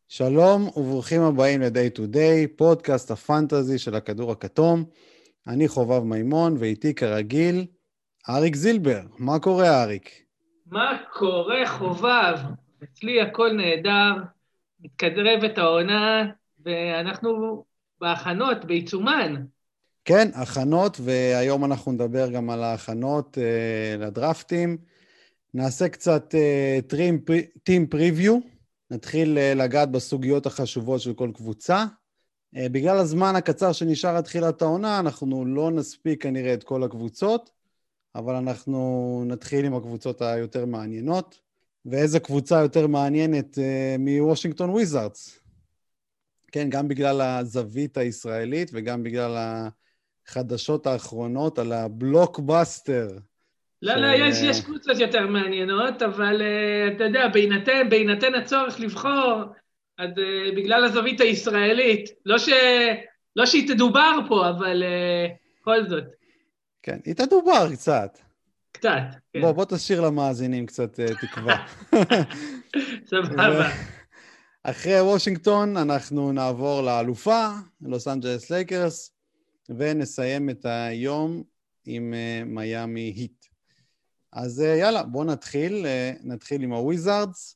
שלום וברוכים הבאים ל-Day to Day, פודקאסט הפנטזי של הכדור הכתום. אני חובב מימון ואיתי כרגיל אריק זילבר. מה קורה אריק? מה קורה חובב? אצלי הכל נהדר, מתקרבת העונה, ואנחנו בהכנות, בעיצומן. כן, הכנות, והיום אנחנו נדבר גם על ההכנות לדרפטים. נעשה קצת טים פריוויו, נתחיל לגעת בסוגיות החשובות של כל קבוצה. בגלל הזמן הקצר שנשאר עד תחילת העונה, אנחנו לא נספיק כנראה את כל הקבוצות, אבל אנחנו נתחיל עם הקבוצות היותר מעניינות. ואיזה קבוצה יותר מעניינת מוושינגטון וויזארדס? כן, גם בגלל הזווית הישראלית וגם בגלל החדשות האחרונות על הבלוקבאסטר. לא, יש קבוצות יותר מעניינות, אבל אתה יודע, בהינתן הצורך לבחור, אז בגלל הזווית הישראלית, לא שהיא תדובר פה, אבל כל זאת. כן, היא תדובר קצת. קצת, כן. בוא תשאיר למאזינים קצת תקווה. סבבה. אחרי וושינגטון אנחנו נעבור לאלופה, לוס אנג'לס לייקרס, ונסיים את היום עם מיאמי היט. אז יאללה, בואו נתחיל עם הוויזארדס,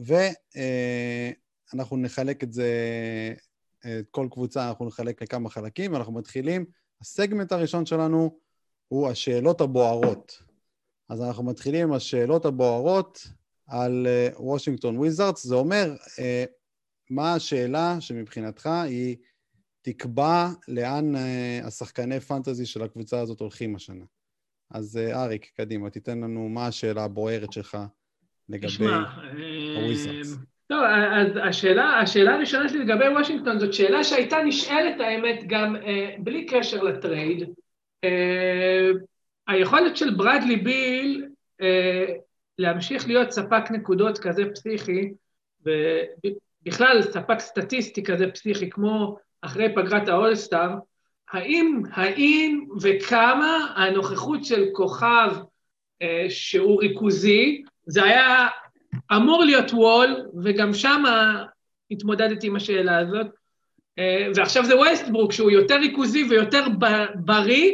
ואנחנו נחלק את זה, את כל קבוצה אנחנו נחלק לכמה חלקים, ואנחנו מתחילים, הסגמנט הראשון שלנו הוא השאלות הבוערות. אז אנחנו מתחילים עם השאלות הבוערות על וושינגטון וויזארדס, זה אומר, מה השאלה שמבחינתך היא תקבע לאן השחקני פנטזי של הקבוצה הזאת הולכים השנה. אז אריק, קדימה, תיתן לנו מה השאלה הבוערת שלך לגבי הוויזארדס. טוב, אז השאלה הראשונה שלי לגבי וושינגטון, זאת שאלה שהייתה נשאלת האמת גם בלי קשר לטרייד. היכולת של ברדלי ביל להמשיך להיות ספק נקודות כזה פסיכי, ובכלל ספק סטטיסטי כזה פסיכי כמו אחרי פגרת האולסטאר, האם וכמה הנוכחות של כוכב שהוא ריכוזי, זה היה אמור להיות וול, וגם שם התמודדתי עם השאלה הזאת, ועכשיו זה ווסטברוק שהוא יותר ריכוזי ויותר בריא,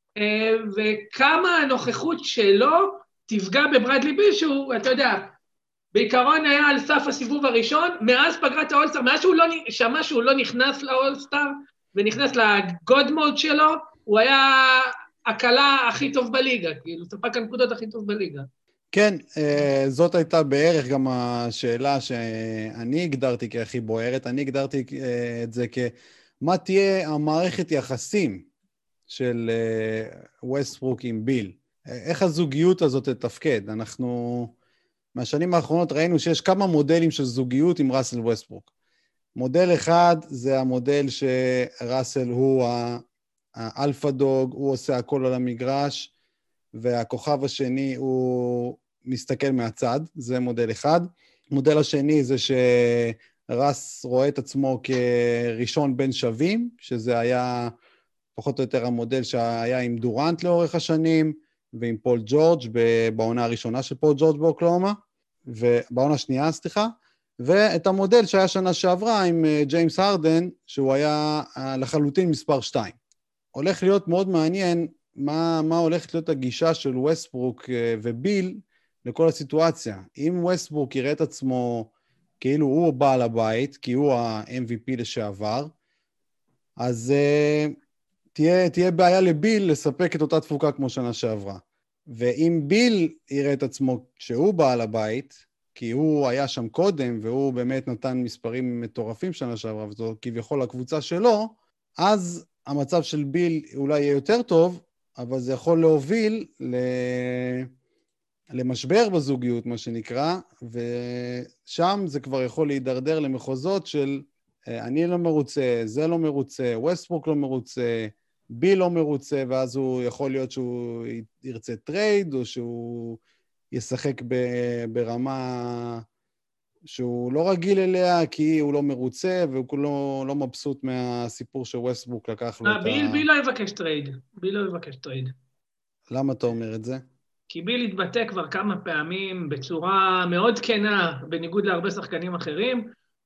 וכמה הנוכחות שלו תפגע בברדלי ביל, שהוא, אתה יודע, בעיקרון היה על סף הסיבוב הראשון, מאז פגרת האולסטאר, מאז שהוא שמע שהוא לא נכנס לאולסטאר, ונכנס לגוד מוד שלו, הוא היה הקלה הכי טוב בליגה, כאילו, ספק הנקודות הכי טוב בליגה. כן, זאת הייתה בערך גם השאלה שאני הגדרתי כהכי בוערת, אני הגדרתי את זה כמה תהיה המערכת יחסים של ווסטברוק עם ביל. איך הזוגיות הזאת תתפקד? אנחנו מהשנים האחרונות ראינו שיש כמה מודלים של זוגיות עם ראסל ווסטברוק. מודל אחד זה המודל שראסל הוא האלפא דוג, הוא עושה הכל על המגרש, והכוכב השני הוא מסתכל מהצד, זה מודל אחד. מודל השני זה שרס רואה את עצמו כראשון בין שווים, שזה היה פחות או יותר המודל שהיה עם דורנט לאורך השנים, ועם פול ג'ורג' בעונה הראשונה של פול ג'ורג' באוקלהומה, ובעונה השנייה, סליחה, ואת המודל שהיה שנה שעברה עם ג'יימס הרדן, שהוא היה לחלוטין מספר 2. הולך להיות מאוד מעניין מה הולכת להיות הגישה של ווסטברוק וביל לכל הסיטואציה. אם ווסטברוק יראה את עצמו כאילו הוא בעל הבית, כי הוא ה-MVP לשעבר, אז תהיה בעיה לביל לספק את אותה תפוקה כמו שנה שעברה. ואם ביל יראה את עצמו שהוא בעל הבית, כי הוא היה שם קודם, והוא באמת נתן מספרים מטורפים שנה שעברה, וזו כביכול הקבוצה שלו, אז המצב של ביל אולי יהיה יותר טוב, אבל זה יכול להוביל למשבר בזוגיות, מה שנקרא, ושם זה כבר יכול להידרדר למחוזות של אני לא מרוצה, זה לא מרוצה, ווסטברוק לא מרוצה, ביל לא מרוצה, ואז הוא יכול להיות שהוא ירצה טרייד, או שהוא ישחק ברמה שהוא לא רגיל אליה, כי הוא לא מרוצה, והוא לא מבסוט מהסיפור שווסטברוק לקח לו את ביל לא יבקש טרייד. ביל לא יבקש טרייד. למה אתה אומר את זה? כי ביל התבטא כבר כמה פעמים בצורה מאוד כנה, בניגוד להרבה שחקנים אחרים,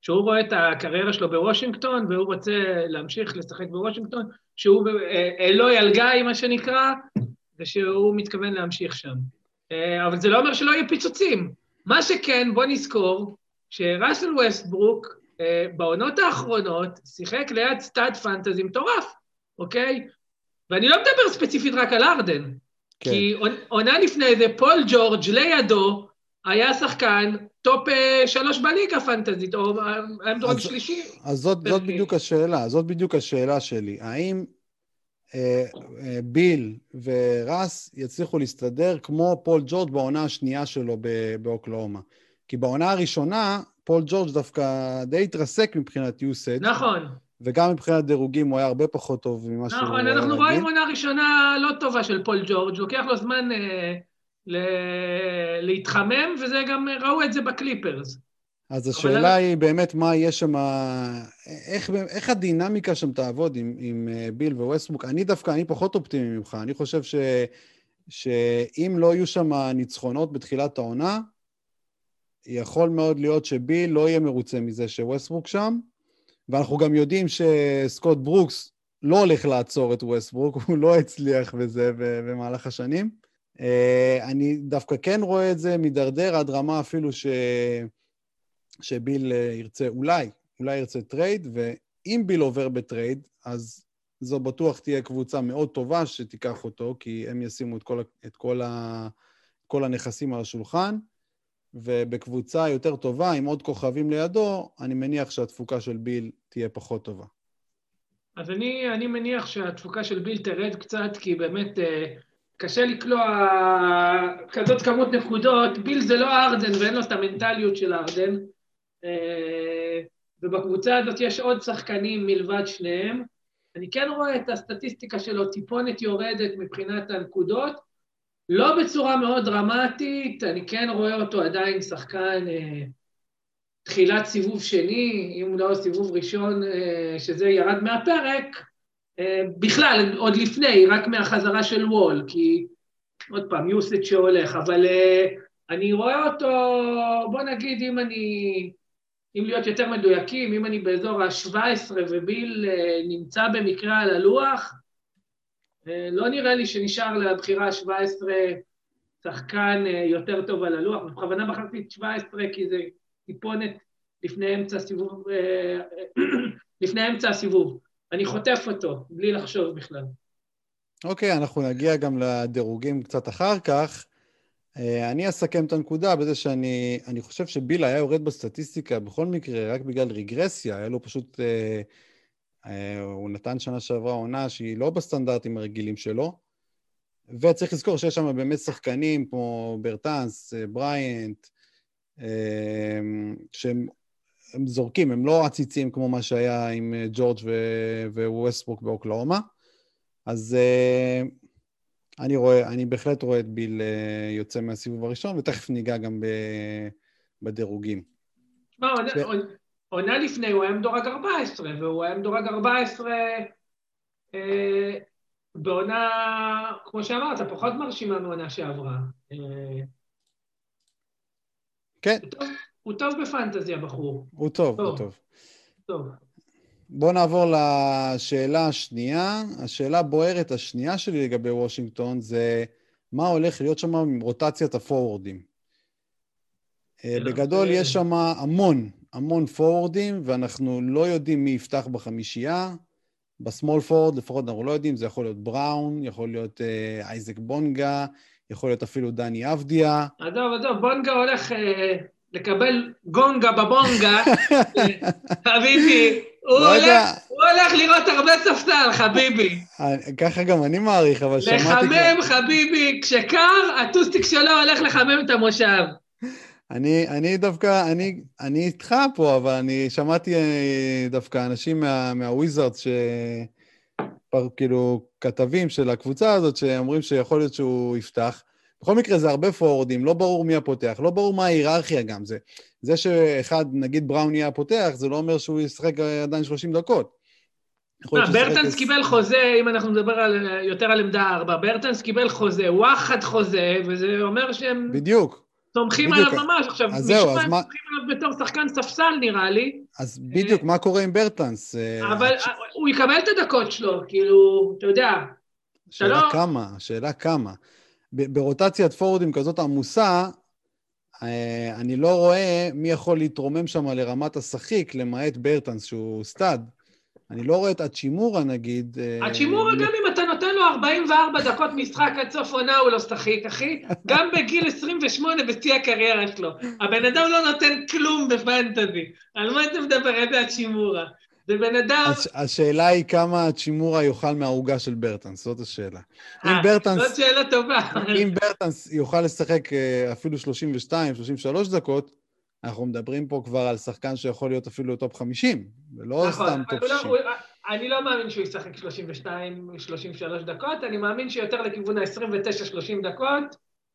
שהוא רואה את הקריירה שלו בוושינגטון, והוא רוצה להמשיך לשחק בוושינגטון, שהוא אלוהי על גיא, מה שנקרא, ושהוא מתכוון להמשיך שם. אבל זה לא אומר שלא יהיו פיצוצים. מה שכן, בוא נזכור, שראסל ווסטברוק, בעונות האחרונות, שיחק ליד סטאד פנטזי מטורף, אוקיי? ואני לא מדבר ספציפית רק על ארדן, כן. כי עונה לפני זה, פול ג'ורג' לידו, היה שחקן טופ 3 בליגה פנטזית, או היה מדורג שלישי. אז זאת בדיוק השאלה שלי. האם ביל ורס יצליחו להסתדר כמו פול ג'ורג' בעונה השנייה שלו באוקלאומה? כי בעונה הראשונה, פול ג'ורג' דווקא די התרסק מבחינת usage. נכון. וגם מבחינת דירוגים הוא היה הרבה פחות טוב ממה שהוא... נכון, אנחנו רואים עונה ראשונה לא טובה של פול ג'ורג', לוקח לו זמן להתחמם, וזה גם ראו את זה בקליפרס. אז השאלה היא באמת מה יש שם, איך הדינמיקה שם תעבוד עם ביל וווסטברוק. אני פחות אופטימי ממך, אני חושב שאם לא יהיו שם ניצחונות בתחילת העונה, יכול מאוד להיות שביל לא יהיה מרוצה מזה שווסטברוק שם, ואנחנו גם יודעים שסקוט ברוקס לא הולך לעצור את ווסטברוק, הוא לא הצליח בזה במהלך השנים. אני דווקא כן רואה את זה מדרדר עד רמה אפילו שביל ירצה, אולי ירצה טרייד, ואם ביל עובר בטרייד, אז זו בטוח תהיה קבוצה מאוד טובה שתיקח אותו, כי הם ישימו את כל הנכסים על השולחן, ובקבוצה יותר טובה, עם עוד כוכבים לידו, אני מניח שהתפוקה של ביל תהיה פחות טובה. אז אני מניח שהתפוקה של ביל תרד קצת, כי באמת קשה לקלוע כזאת כמות נקודות. ביל זה לא ארדן, ואין לו את המנטליות של ארדן, ובקבוצה הזאת יש עוד שחקנים מלבד שניהם. אני כן רואה את הסטטיסטיקה שלו טיפונת יורדת מבחינת הנקודות, לא בצורה מאוד דרמטית, אני כן רואה אותו עדיין שחקן תחילת סיבוב שני, אם לא סיבוב ראשון שזה ירד מהפרק, בכלל עוד לפני, רק מהחזרה של וול, כי עוד פעם, יוסט שהולך, אבל אני רואה אותו, בוא נגיד אם להיות יותר מדויקים, אם אני באזור ה-17 וביל נמצא במקרה על הלוח, לא נראה לי שנשאר לבחירה ה-17 שחקן יותר טוב על הלוח, בכוונה בחרתי 17 כי זה טיפונת לפני אמצע הסיבוב. אני חוטף אותו, בלי לחשוב בכלל. אוקיי, אנחנו נגיע גם לדירוגים קצת אחר כך. אני אסכם את הנקודה בזה שאני חושב שביל היה יורד בסטטיסטיקה בכל מקרה, רק בגלל רגרסיה, היה לו פשוט... הוא נתן שנה שעברה עונה שהיא לא בסטנדרטים הרגילים שלו, וצריך לזכור שיש שם באמת שחקנים כמו ברטנס, בריינט, שהם זורקים, הם לא עציצים כמו מה שהיה עם ג'ורג' וווסטברוק באוקלאומה, אז אני בהחלט רואה את ביל יוצא מהסיבוב הראשון, ותכף ניגע גם בדירוגים. עונה לפני הוא היה מדורג 14, והוא היה מדורג 14 בעונה, כמו שאמרת, פחות מרשימה מעונה שעברה. כן. הוא טוב בפנטזיה, בחור. הוא טוב. בואו נעבור לשאלה השנייה. השאלה בוערת השנייה שלי לגבי וושינגטון זה מה הולך להיות שם עם רוטציית הפורורדים. בגדול יש שם המון פורורדים, ואנחנו לא יודעים מי יפתח בחמישייה. בסמול פורד, לפחות אנחנו לא יודעים, זה יכול להיות בראון, יכול להיות אייזק בונגה, יכול להיות אפילו דני אבדיה. עזוב, בונגה הולך לקבל גונגה בבונגה, חביבי, הוא הולך לראות הרבה ספסל, חביבי. ככה גם אני מעריך, אבל שמעתי... לחמם, חביבי, כשקר, הטוסטיק שלו הולך לחמם את המושב. אני דווקא, אני איתך פה, אבל אני שמעתי דווקא אנשים מהוויזארדס, כאילו כתבים של הקבוצה הזאת, שאומרים שיכול להיות שהוא יפתח. בכל מקרה זה הרבה פורורדים, לא ברור מי הפותח, לא ברור מה ההיררכיה גם. זה שאחד, נגיד בראון יהיה הפותח, זה לא אומר שהוא ישחק עדיין 30 דקות. ברטנס קיבל חוזה, אם אנחנו נדבר יותר על עמדה 4, ברטנס קיבל חוזה, וואחד חוזה, וזה אומר שהם... בדיוק. תומכים עליו ממש, עכשיו, משום מה הם תומכים עליו בתור שחקן ספסל, נראה לי. אז בדיוק, מה קורה עם ברטנס? אבל הוא יקבל את הדקות שלו, כאילו, אתה יודע. שאלה כמה. ברוטציית פורורדים כזאת עמוסה, אני לא רואה מי יכול להתרומם שם לרמת השחיק, למעט ברטנס שהוא סטאד. אני לא רואה את הצ'ימורה, נגיד. הצ'ימורה, גם אם אתה נותן לו 44 דקות משחק עד סוף עונה, הוא לא שחיק, אחי. גם בגיל 28 בשיא הקריירה שלו. הבן אדם לא נותן כלום בפנטזי. על מה אתה מדבר? איזה הצ'ימורה? זה בן אדם... השאלה היא כמה הצ'ימורה יוכל מהעוגה של ברטנס, זאת השאלה. זאת שאלה טובה. אם ברטנס יוכל לשחק אפילו 32, 33 דקות, אנחנו מדברים פה כבר על שחקן שיכול להיות אפילו טופ 50, ולא סתם טופ 60. אני לא מאמין שהוא ישחק 32, 33 דקות, אני מאמין שיותר לכיוון ה-29-30 דקות.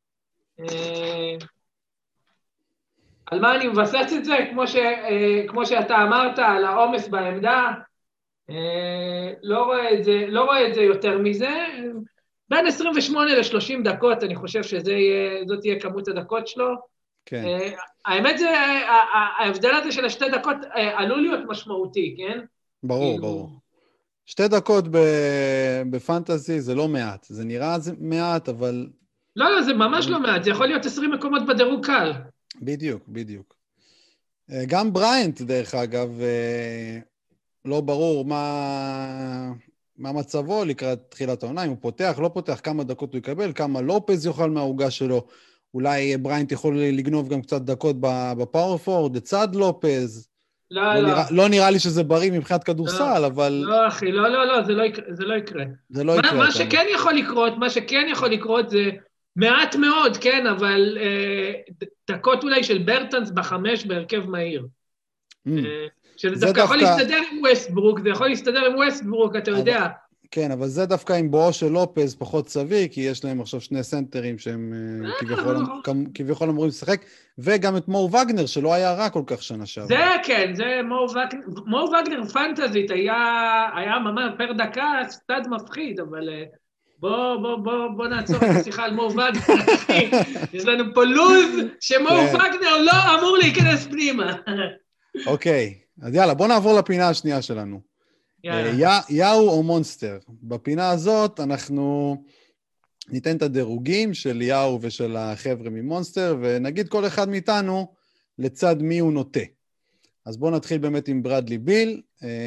על מה אני מבסס את זה? כמו שאתה אמרת, על העומס בעמדה, לא רואה את זה יותר מזה. בין 28 ל-30 דקות, אני חושב שזאת תהיה כמות הדקות שלו. כן. האמת זה, ההבדל הזה של השתי דקות עלול להיות משמעותי, כן? ברור, ברור. 2 דקות בפנטזי זה לא מעט. זה נראה מעט, אבל... לא, זה ממש לא מעט. זה יכול להיות 20 מקומות בדירוג קל. בדיוק. גם בריינט, דרך אגב, לא ברור מה מצבו לקראת תחילת העונה, אם הוא פותח, לא פותח, כמה דקות הוא יקבל, כמה לופז יוכל מהעוגה שלו, אולי בריינט יכול לגנוב גם קצת דקות בפאורפורד, לצד לופז. לא נראה לי שזה בריא מבחינת כדורסל, אבל... לא, אחי, לא, זה לא יקרה. זה לא יקרה. מה שכן יכול לקרות זה מעט מאוד, כן, אבל דקות אולי של ברטנס בחמש בהרכב מהיר. שזה דווקא יכול להסתדר עם ווסטברוק, זה יכול להסתדר עם ווסטברוק, אתה יודע. כן, אבל זה דווקא עם בואו של לופז פחות סביר, כי יש להם עכשיו 2 סנטרים שהם כביכול אמורים לשחק, וגם את מו וגנר, שלא היה רע כל כך שנה שעברה. זה כן, זה מו וגנר פנטזית, היה ממש פר דקה סטאד מפחיד, אבל בוא נעצור את השיחה על מו וגנר, יש לנו פה לוז שמו וגנר לא אמור להיכנס פנימה. אוקיי, אז יאללה, בוא נעבור לפינה השנייה שלנו. יאו או מונסטר. בפינה הזאת אנחנו ניתן את הדירוגים של יאו ושל החבר'ה ממונסטר, ונגיד כל אחד מאיתנו לצד מי הוא נוטה. אז בואו נתחיל באמת עם ברדלי ביל.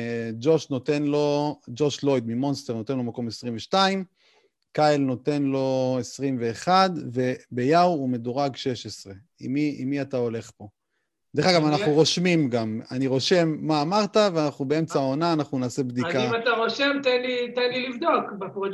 ג'וש לויד ממונסטר נותן לו מקום 22, קייל נותן לו 21, וביאו הוא מדורג 16. עם מי אתה הולך פה? דרך אגב, אנחנו רושמים גם, אני רושם מה אמרת, ואנחנו באמצע העונה, אנחנו נעשה בדיקה. אם אתה רושם, תן לי לבדוק.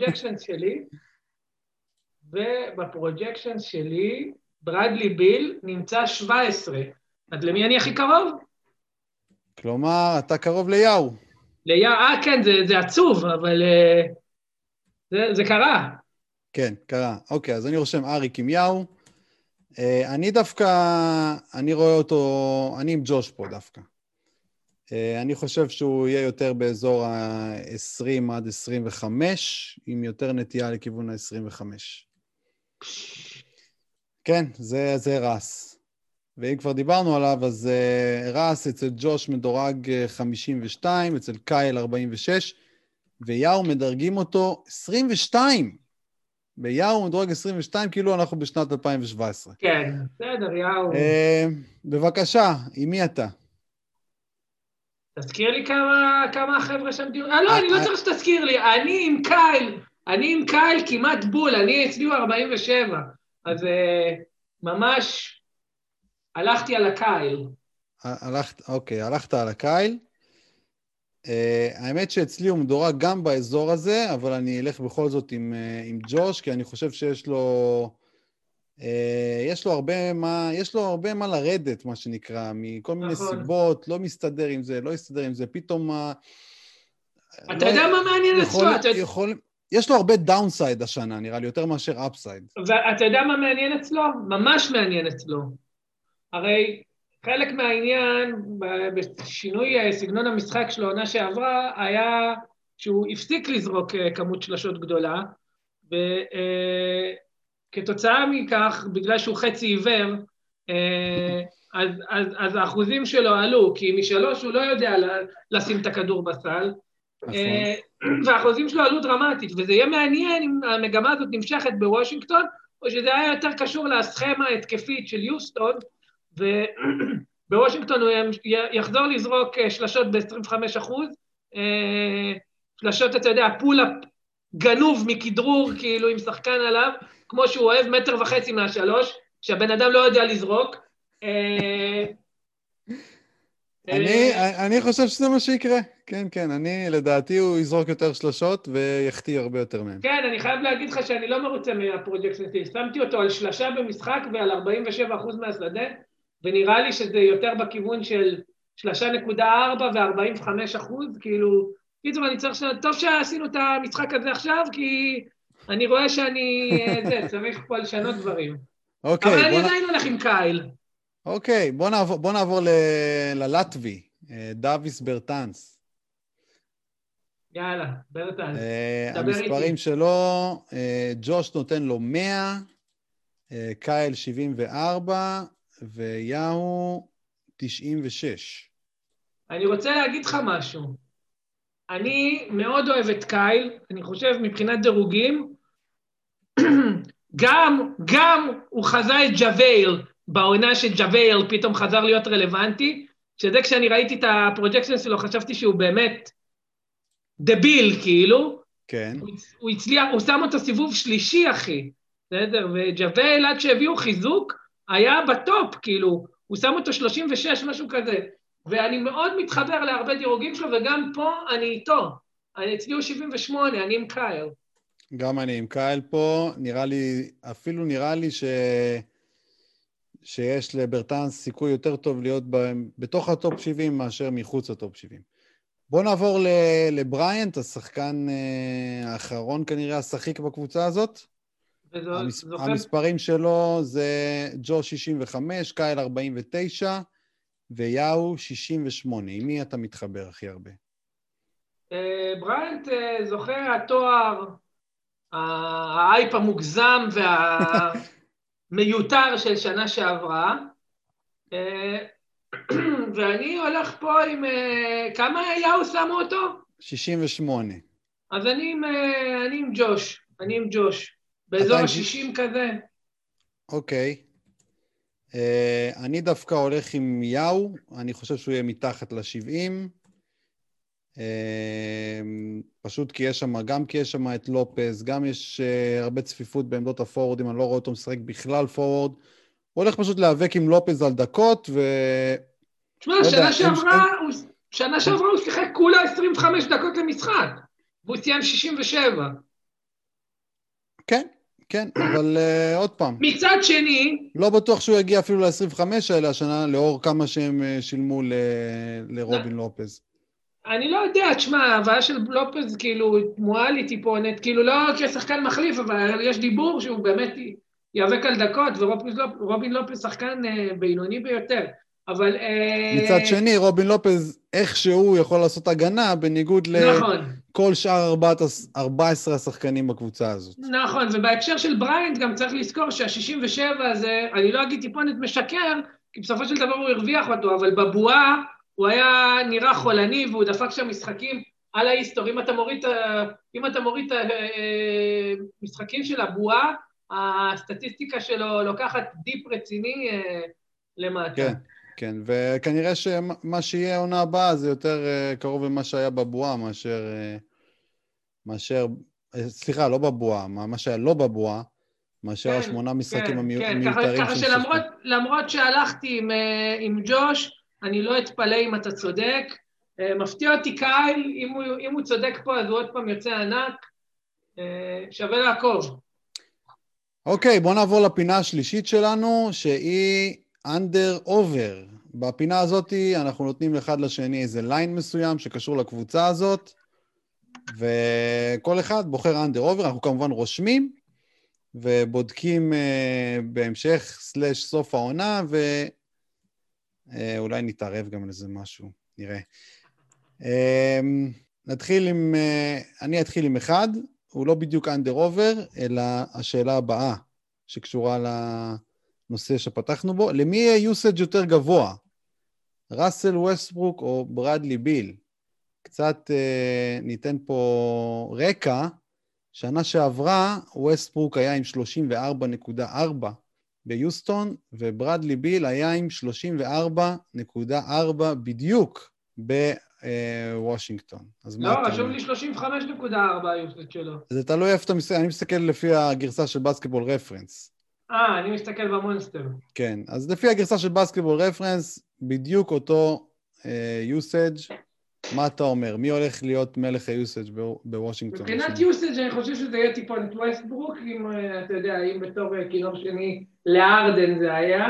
ובפרוג'קשנס שלי, ברדלי ביל נמצא 17. אז למי אני הכי קרוב? כלומר, אתה קרוב ליאו. כן, זה עצוב, אבל זה קרה. כן, קרה. אוקיי, אז אני רושם אריק עם יאו. אני דווקא, אני רואה אותו, אני עם ג'וש פה דווקא. אני חושב שהוא יהיה יותר באזור ה-20 עד 25, עם יותר נטייה לכיוון ה-25. כן, זה רס. ואם כבר דיברנו עליו, אז רס אצל ג'וש מדורג 52, אצל קייל 46, ויאו מדרגים אותו 22. ביאו מדורג 22, כאילו אנחנו בשנת 2017. כן, בסדר, יאו. בבקשה, עם מי אתה? תזכיר לי כמה החבר'ה שם דיון. לא, אני לא צריך שתזכיר לי. אני עם קייל כמעט בול, אני אצלי 47. אז ממש הלכתי על הקייל. אוקיי, הלכת על הקייל. האמת שאצלי הוא מדורג גם באזור הזה, אבל אני אלך בכל זאת עם ג'וש, כי אני חושב שיש לו הרבה מה לרדת, מה שנקרא, מכל מיני סיבות, לא מסתדר עם זה, לא יסתדר עם זה, פתאום... אתה יודע מה מעניין אצלו? יש לו הרבה דאונסייד השנה, נראה לי, יותר מאשר אפסייד. ואתה יודע מה מעניין אצלו? ממש מעניין אצלו. הרי... חלק מהעניין בשינוי סגנון המשחק של העונה שעברה היה שהוא הפסיק לזרוק כמות שלשות גדולה, וכתוצאה מכך, בגלל שהוא חצי עיוור, אז האחוזים שלו עלו, כי משלוש הוא לא יודע לשים את הכדור בסל, נכון. והאחוזים שלו עלו דרמטית, וזה יהיה מעניין אם המגמה הזאת נמשכת בוושינגטון, או שזה היה יותר קשור לסכמה התקפית של יוסטון, ובוושינגטון הוא יחזור לזרוק שלשות ב-25%, שלשות, אתה יודע, פול-אפ גנוב מכדרור, כאילו עם שחקן עליו, כמו שהוא אוהב 1.5 מטר מהשלוש, שהבן אדם לא יודע לזרוק. אני חושב שזה מה שיקרה. כן, כן, לדעתי הוא יזרוק יותר שלשות ויחטיא הרבה יותר מהם. כן, אני חייב להגיד לך שאני לא מרוצה מהפרויקט שלי. שמתי אותו על שלשה במשחק ועל 47% מהשדה, ונראה לי שזה יותר בכיוון של 3.4 ו-45%, כאילו, קיצור, אני צריך טוב שעשינו את המשחק הזה עכשיו, כי אני רואה שאני, צריך פה לשנות דברים. אוקיי, אבל אני עדיין הולך עם קייל. אוקיי, בוא נעבור ללטבי, דוויס ברטנס. יאללה, ברטנס. המספרים שלו, ג'וש נותן לו 100, קייל 74, ויהו 96. אני רוצה להגיד לך משהו. אני מאוד אוהב את קייל, אני חושב מבחינת דירוגים, גם הוא חזה את ג'ווייל, בעונה שג'ווייל פתאום חזר להיות רלוונטי, שזה כשאני ראיתי את הפרוג'קשן שלו, חשבתי שהוא באמת דביל, כאילו. כן. הוא הצליח, הוא שם אותו סיבוב שלישי, אחי. בסדר? וג'ווייל, עד שהביאו חיזוק, היה בטופ, כאילו. הוא שם אותו 36, משהו כזה. ואני מאוד מתחבר להרבה דירוגים שלו, וגם פה אני איתו. אצלי הוא 78, אני עם קייל. גם אני עם קייל פה. אפילו נראה לי שיש לברטנס סיכוי יותר טוב להיות בתוך הטופ 70 מאשר מחוץ לטופ 70. בואו נעבור לבריינט, השחקן האחרון כנראה השחיק בקבוצה הזאת. המספרים שלו זה ג'ו 65, קייל 49 ויהו 68. עם מי אתה מתחבר הכי הרבה? בריינט זוכה התואר, האייפ המוגזם והמיותר של שנה שעברה, ואני הולך פה עם... כמה יאו שמו אותו? 68. אז אני עם ג'וש. אני עם ג'וש. באזור ה-60 כזה. אוקיי. אני דווקא הולך עם יאו. אני חושב שהוא יהיה מתחת ל-70. פשוט כי יש שם את לופז, גם יש הרבה צפיפות בעמדות הפורורדים, אני לא רואה אותו משחק בכלל פורוורד. הוא הולך פשוט להיאבק עם לופז על דקות, תשמע, שנה שעברה הוא שיחק כולה 25 דקות למשחק, והוא סיים 67. כן, אבל עוד פעם. מצד שני... לא בטוח שהוא יגיע אפילו ל-25 האלה השנה, לאור כמה שהם שילמו לרובין לופז. אני לא יודע, תשמע, ההבאה של לופז כאילו תמוהה לי טיפונת, כאילו לא כשחקן מחליף, אבל יש דיבור שהוא באמת יאבק על דקות, ורובין לופז שחקן בינוני ביותר. אבל... מצד שני, רובין לופז איכשהו יכול לעשות הגנה, בניגוד לכל שאר 14 השחקנים בקבוצה הזאת. נכון, ובהקשר של בריינט גם צריך לזכור שה-67 הזה, אני לא אגיד טיפונת משקר, כי בסופו של דבר הוא הרוויח אותו, אבל בבועה הוא היה נראה חולני, והוא דפק שם משחקים על ההיסטור. אם אתה מוריד את המשחקים של הבועה, הסטטיסטיקה שלו לוקחת דיפ רציני למטה. כן. כן, וכנראה שמה שיהיה העונה הבאה זה יותר קרוב למה שהיה בבועה מאשר, סליחה, לא בבועה, מה שהיה לא בבועה, מאשר כן, 8 משחקים המיותרים. כן, ככה שלמרות שהלכתי עם ג'וש, אני לא אתפלא אם אתה צודק. מפתיע אותי קייל, אם הוא צודק פה, אז הוא עוד פעם יוצא ענק, שווה לעקוב. אוקיי, בוא נעבור לפינה השלישית שלנו, שהיא... אנדר אובר. בפינה הזאת אנחנו נותנים אחד לשני איזה ליין מסוים שקשור לקבוצה הזאת, וכל אחד בוחר אנדר אובר, אנחנו כמובן רושמים, ובודקים בהמשך סלש סוף העונה, ואולי נתערב גם לזה משהו, נראה. אני אתחיל עם אחד, הוא לא בדיוק אנדר אובר, אלא השאלה הבאה, שקשורה נושא שפתחנו בו. למי יהיה יוסאג' יותר גבוה? ראסל ווסטברוק או ברדלי ביל? קצת ניתן פה רקע. שנה שעברה, ווסטברוק היה עם 34.4 ביוסטון, וברדלי ביל היה עם 34.4 בדיוק בוושינגטון. לא, רשום לי 35.4 היוסט שלו. זה תלוי איפה אתה מסתכל, אני מסתכל לפי הגרסה של בסקטבול רפרנס. אני מסתכל במונסטר. כן, אז לפי הגרסה של בסקטבול רפרנס, בדיוק אותו יוסאג'. מה אתה אומר? מי הולך להיות מלך היוסאג' בוושינגטון? מבחינת יוסאג' אני חושב שזה יהיה טיפונת ווסטברוק, אם אתה יודע, אם בתור כינור שני לארדן זה היה.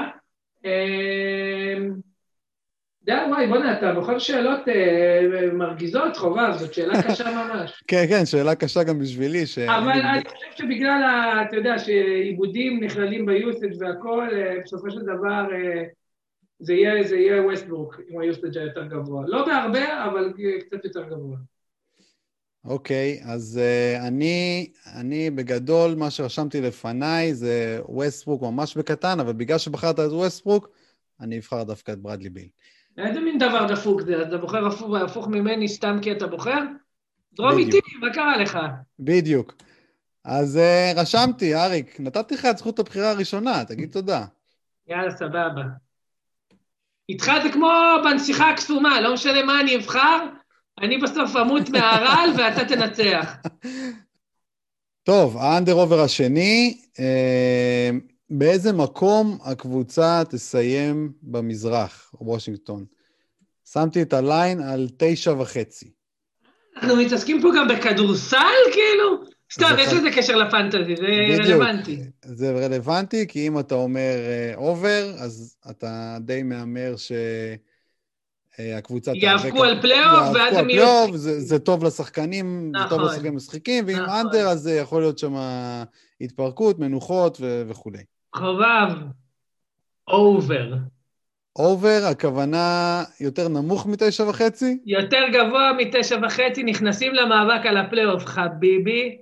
וואי, בוא נעתה, בכל שאלות מרגיזות חובה, זאת שאלה קשה ממש. כן, כן, שאלה קשה גם בשבילי. אבל אני חושב שבגלל, אתה יודע, שעיבודים נכללים ביוסאג' והכל, בסופו של דבר, זה יהיה ווסטברוק, עם היוסאג' היותר גבוה. לא בהרבה, אבל קצת יותר גבוה. אוקיי, אז אני בגדול, מה שרשמתי לפניי זה ווסטברוק ממש בקטן, אבל בגלל שבחרת את ווסטברוק, אני אבחר דווקא את ברדלי ביל. איזה מין דבר דפוק זה? אתה בוחר הפוך ממני סתם כי אתה בוחר? דרום איתי, מה קרה לך? בדיוק. אז רשמתי, אריק, נתתי לך את זכות הבחירה הראשונה, תגיד תודה. יאללה, סבבה. איתך זה כמו בנסיכה הקסומה, לא משנה מה אני אבחר, אני בסוף אמות מהרעל ואתה תנצח. טוב, האנדר אובר השני, באיזה מקום הקבוצה תסיים במזרח, וושינגטון? שמתי את הליין על 9.5. אנחנו מתעסקים פה גם בכדורסל, כאילו? סתם, יש לזה קשר לפנטזי, זה רלוונטי. זה רלוונטי, כי אם אתה אומר אובר, אז אתה די מאמר שהקבוצה... יאבקו על פלייאוף, ואז הם יהיו... זה טוב לשחקנים, זה טוב לשחקנים משחקים, ואם אנדר, אז זה יכול להיות שם התפרקות, מנוחות וכו'. חובב, אובר. אובר, הכוונה יותר נמוך מ9.5? יותר גבוה מ9.5, נכנסים למאבק על הפלייאוף, חביבי.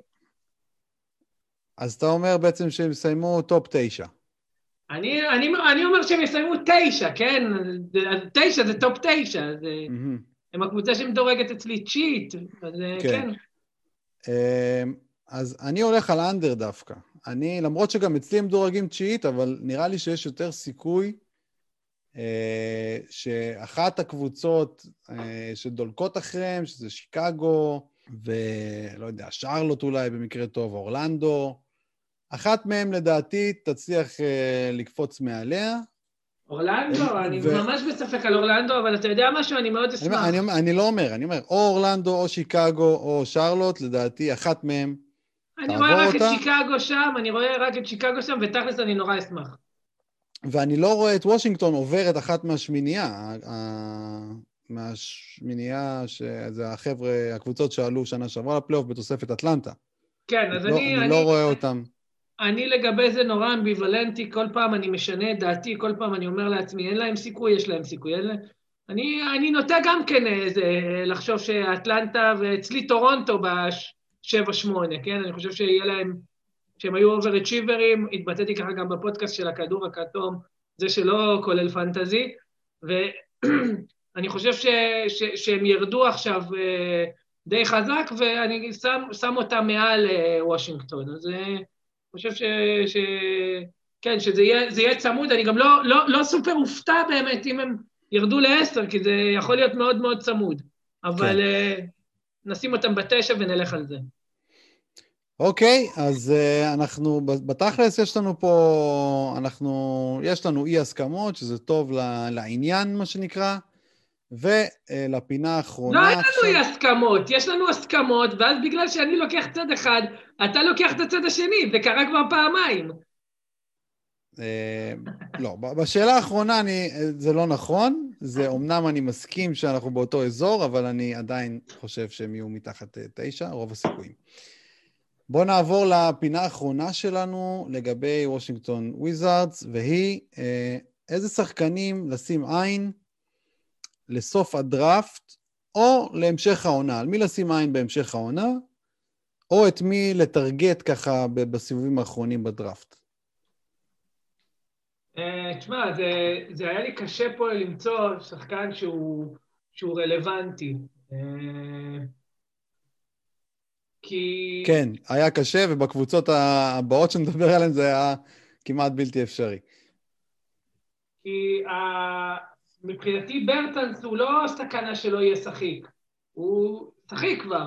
אז אתה אומר בעצם שהם יסיימו טופ 9. אני אומר שהם יסיימו 9, כן? 9 זה טופ 9, הם הקבוצה שמדורגת אצלי צ'יט, אז כן. אז אני הולך על אנדר דווקא. למרות שגם אצלי הם מדורגים צ'יט, אבל נראה לי שיש יותר סיכוי שאחת הקבוצות שדולקות אחריהם, שזה שיקגו, ולא יודע, שרלוט אולי במקרה טוב, אורלנדו, אחת מהם לדעתי תצליח לקפוץ מעליה. אורלנדו? אני ממש בספק על אורלנדו, אבל אתה יודע משהו? אני מאוד אשמח. אני לא אומר, אני אומר, או אורלנדו, או שיקגו, או שרלוט, לדעתי אחת מהם אני רואה רק את שיקגו שם, ותכלס אני נורא אשמח. ואני לא רואה את וושינגטון עוברת אחת מהשמינייה, שזה החבר'ה, הקבוצות שעלו שנה שעברה לפלייאוף בתוספת אטלנטה. כן, אז אני לא רואה אותם. אני לגבי זה נורא אמביוולנטי, כל פעם אני משנה את דעתי, כל פעם אני אומר לעצמי, אין להם סיכוי, יש להם סיכוי. אני נוטה גם כן לחשוב שאטלנטה, ואצלי טורונטו ב7-8, כן? אני חושב שיהיה להם, שהם היו אובר-אצ'יברים, התבטאתי ככה גם בפודקאסט של הכדור הכתום, זה שלא כולל פנטזי, ואני חושב שהם ירדו עכשיו די חזק, ואני שם אותם מעל וושינגטון, אז אני חושב כן, שזה יהיה צמוד, אני גם לא סופר הופתע באמת אם הם ירדו ל10, כי זה יכול להיות מאוד מאוד צמוד, אבל נשים אותם ב9 ונלך על זה. אוקיי, אז אנחנו, בתכלס יש לנו פה, יש לנו אי הסכמות, שזה טוב לעניין, מה שנקרא, ולפינה האחרונה... לא, אין לנו אי הסכמות, יש לנו הסכמות, ואז בגלל שאני לוקח צד אחד, אתה לוקח את הצד השני, זה קרה כבר פעמיים. לא, בשאלה האחרונה זה לא נכון, זה אומנם אני מסכים שאנחנו באותו אזור, אבל אני עדיין חושב שהם יהיו מתחת 9, רוב הסיכויים. בואו נעבור לפינה האחרונה שלנו לגבי וושינגטון וויזארדס, והיא איזה שחקנים לשים עין לסוף הדראפט, או להמשך העונה. על מי לשים עין בהמשך העונה, או את מי לטרגט ככה בסיבובים האחרונים בדראפט. תשמע, זה היה לי קשה פה למצוא שחקן שהוא רלוונטי. כי... כן, היה קשה, ובקבוצות הבאות שנדבר עליהן זה היה כמעט בלתי אפשרי. כי מבחינתי ברטנס הוא לא סכנה שלא יהיה שחיק. הוא שחיק כבר.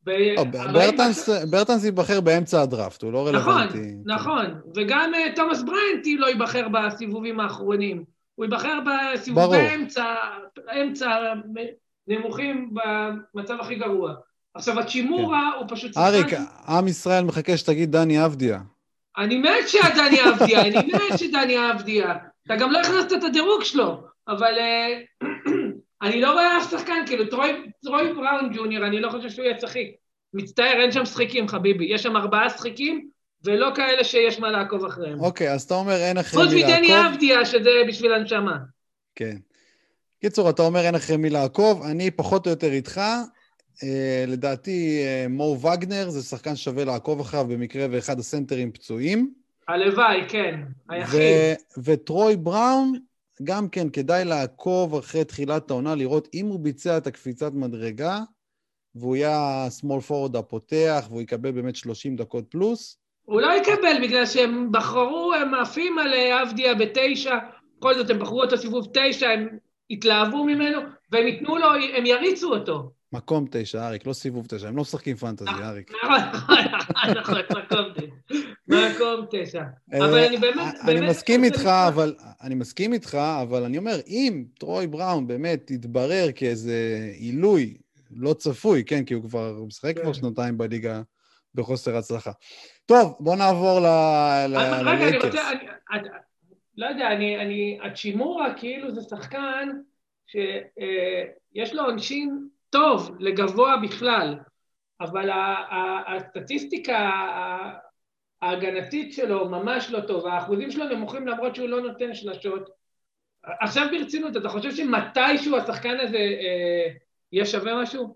ברטנס ייבחר באמצע הדראפט, הוא לא רלוונטי. נכון. וגם תומאס בריינטי לא ייבחר בסיבובים האחרונים. הוא ייבחר בסיבובי אמצע נמוכים במצב הכי גרוע. עכשיו, הצ'ימורה הוא פשוט... אריק, עם ישראל מחכה שתגיד דני אבדיה. אני מת שדני אבדיה. אתה גם לא הכנסת את הדירוג שלו, אבל אני לא רואה אף שחקן, כאילו, טרוי בראון ג'וניור, אני לא חושב שהוא יהיה שחיק. מצטער, אין שם שחיקים, חביבי. יש שם 4 שחיקים, ולא כאלה שיש מה לעקוב אחריהם. אוקיי, אז אתה אומר אין אחרי מי לעקוב. חוץ מדני אבדיה, שזה בשביל הנשמה. כן. קיצור, אתה אומר אין אחרי מי לעקוב, אני פחות או יותר איתך. לדעתי, מו וגנר זה שחקן שווה לעקוב אחריו, במקרה ואחד הסנטרים פצועים. הלוואי, כן, היחיד. וטרוי בראון, גם כן כדאי לעקוב אחרי תחילת העונה, לראות אם הוא ביצע את הקפיצת מדרגה, והוא יהיה small forward הפותח, והוא יקבל באמת 30 דקות פלוס. הוא לא יקבל, בגלל שהם בחרו, הם עפים על אבדיה ב9, כל זאת, הם בחרו אותו סיבוב 9, הם התלהבו ממנו, והם ייתנו לו, הם יריצו אותו. מקום 9, אריק, לא סיבוב 9, הם לא משחקים פנטזי, אריק. נכון, מקום 9. אבל אני באמת... אני מסכים איתך, אבל אני אומר, אם טרוי בראון באמת יתברר כאיזה עילוי לא צפוי, כן, כי הוא כבר משחק כבר שנתיים בליגה בחוסר הצלחה. טוב, בוא נעבור ללייקרס. רגע, אני רוצה... לא יודע, הצ'ימורה כאילו זה שחקן שיש לו עונשין טוב לגבוה בכלל, אבל הסטטיסטיקה ההגנתית שלו ממש לא טוב, האחוזים שלו נמוכים למרות שהוא לא נותן שלשות. עכשיו ברצינות, אתה חושב שמתישהו השחקן הזה יהיה שווה משהו?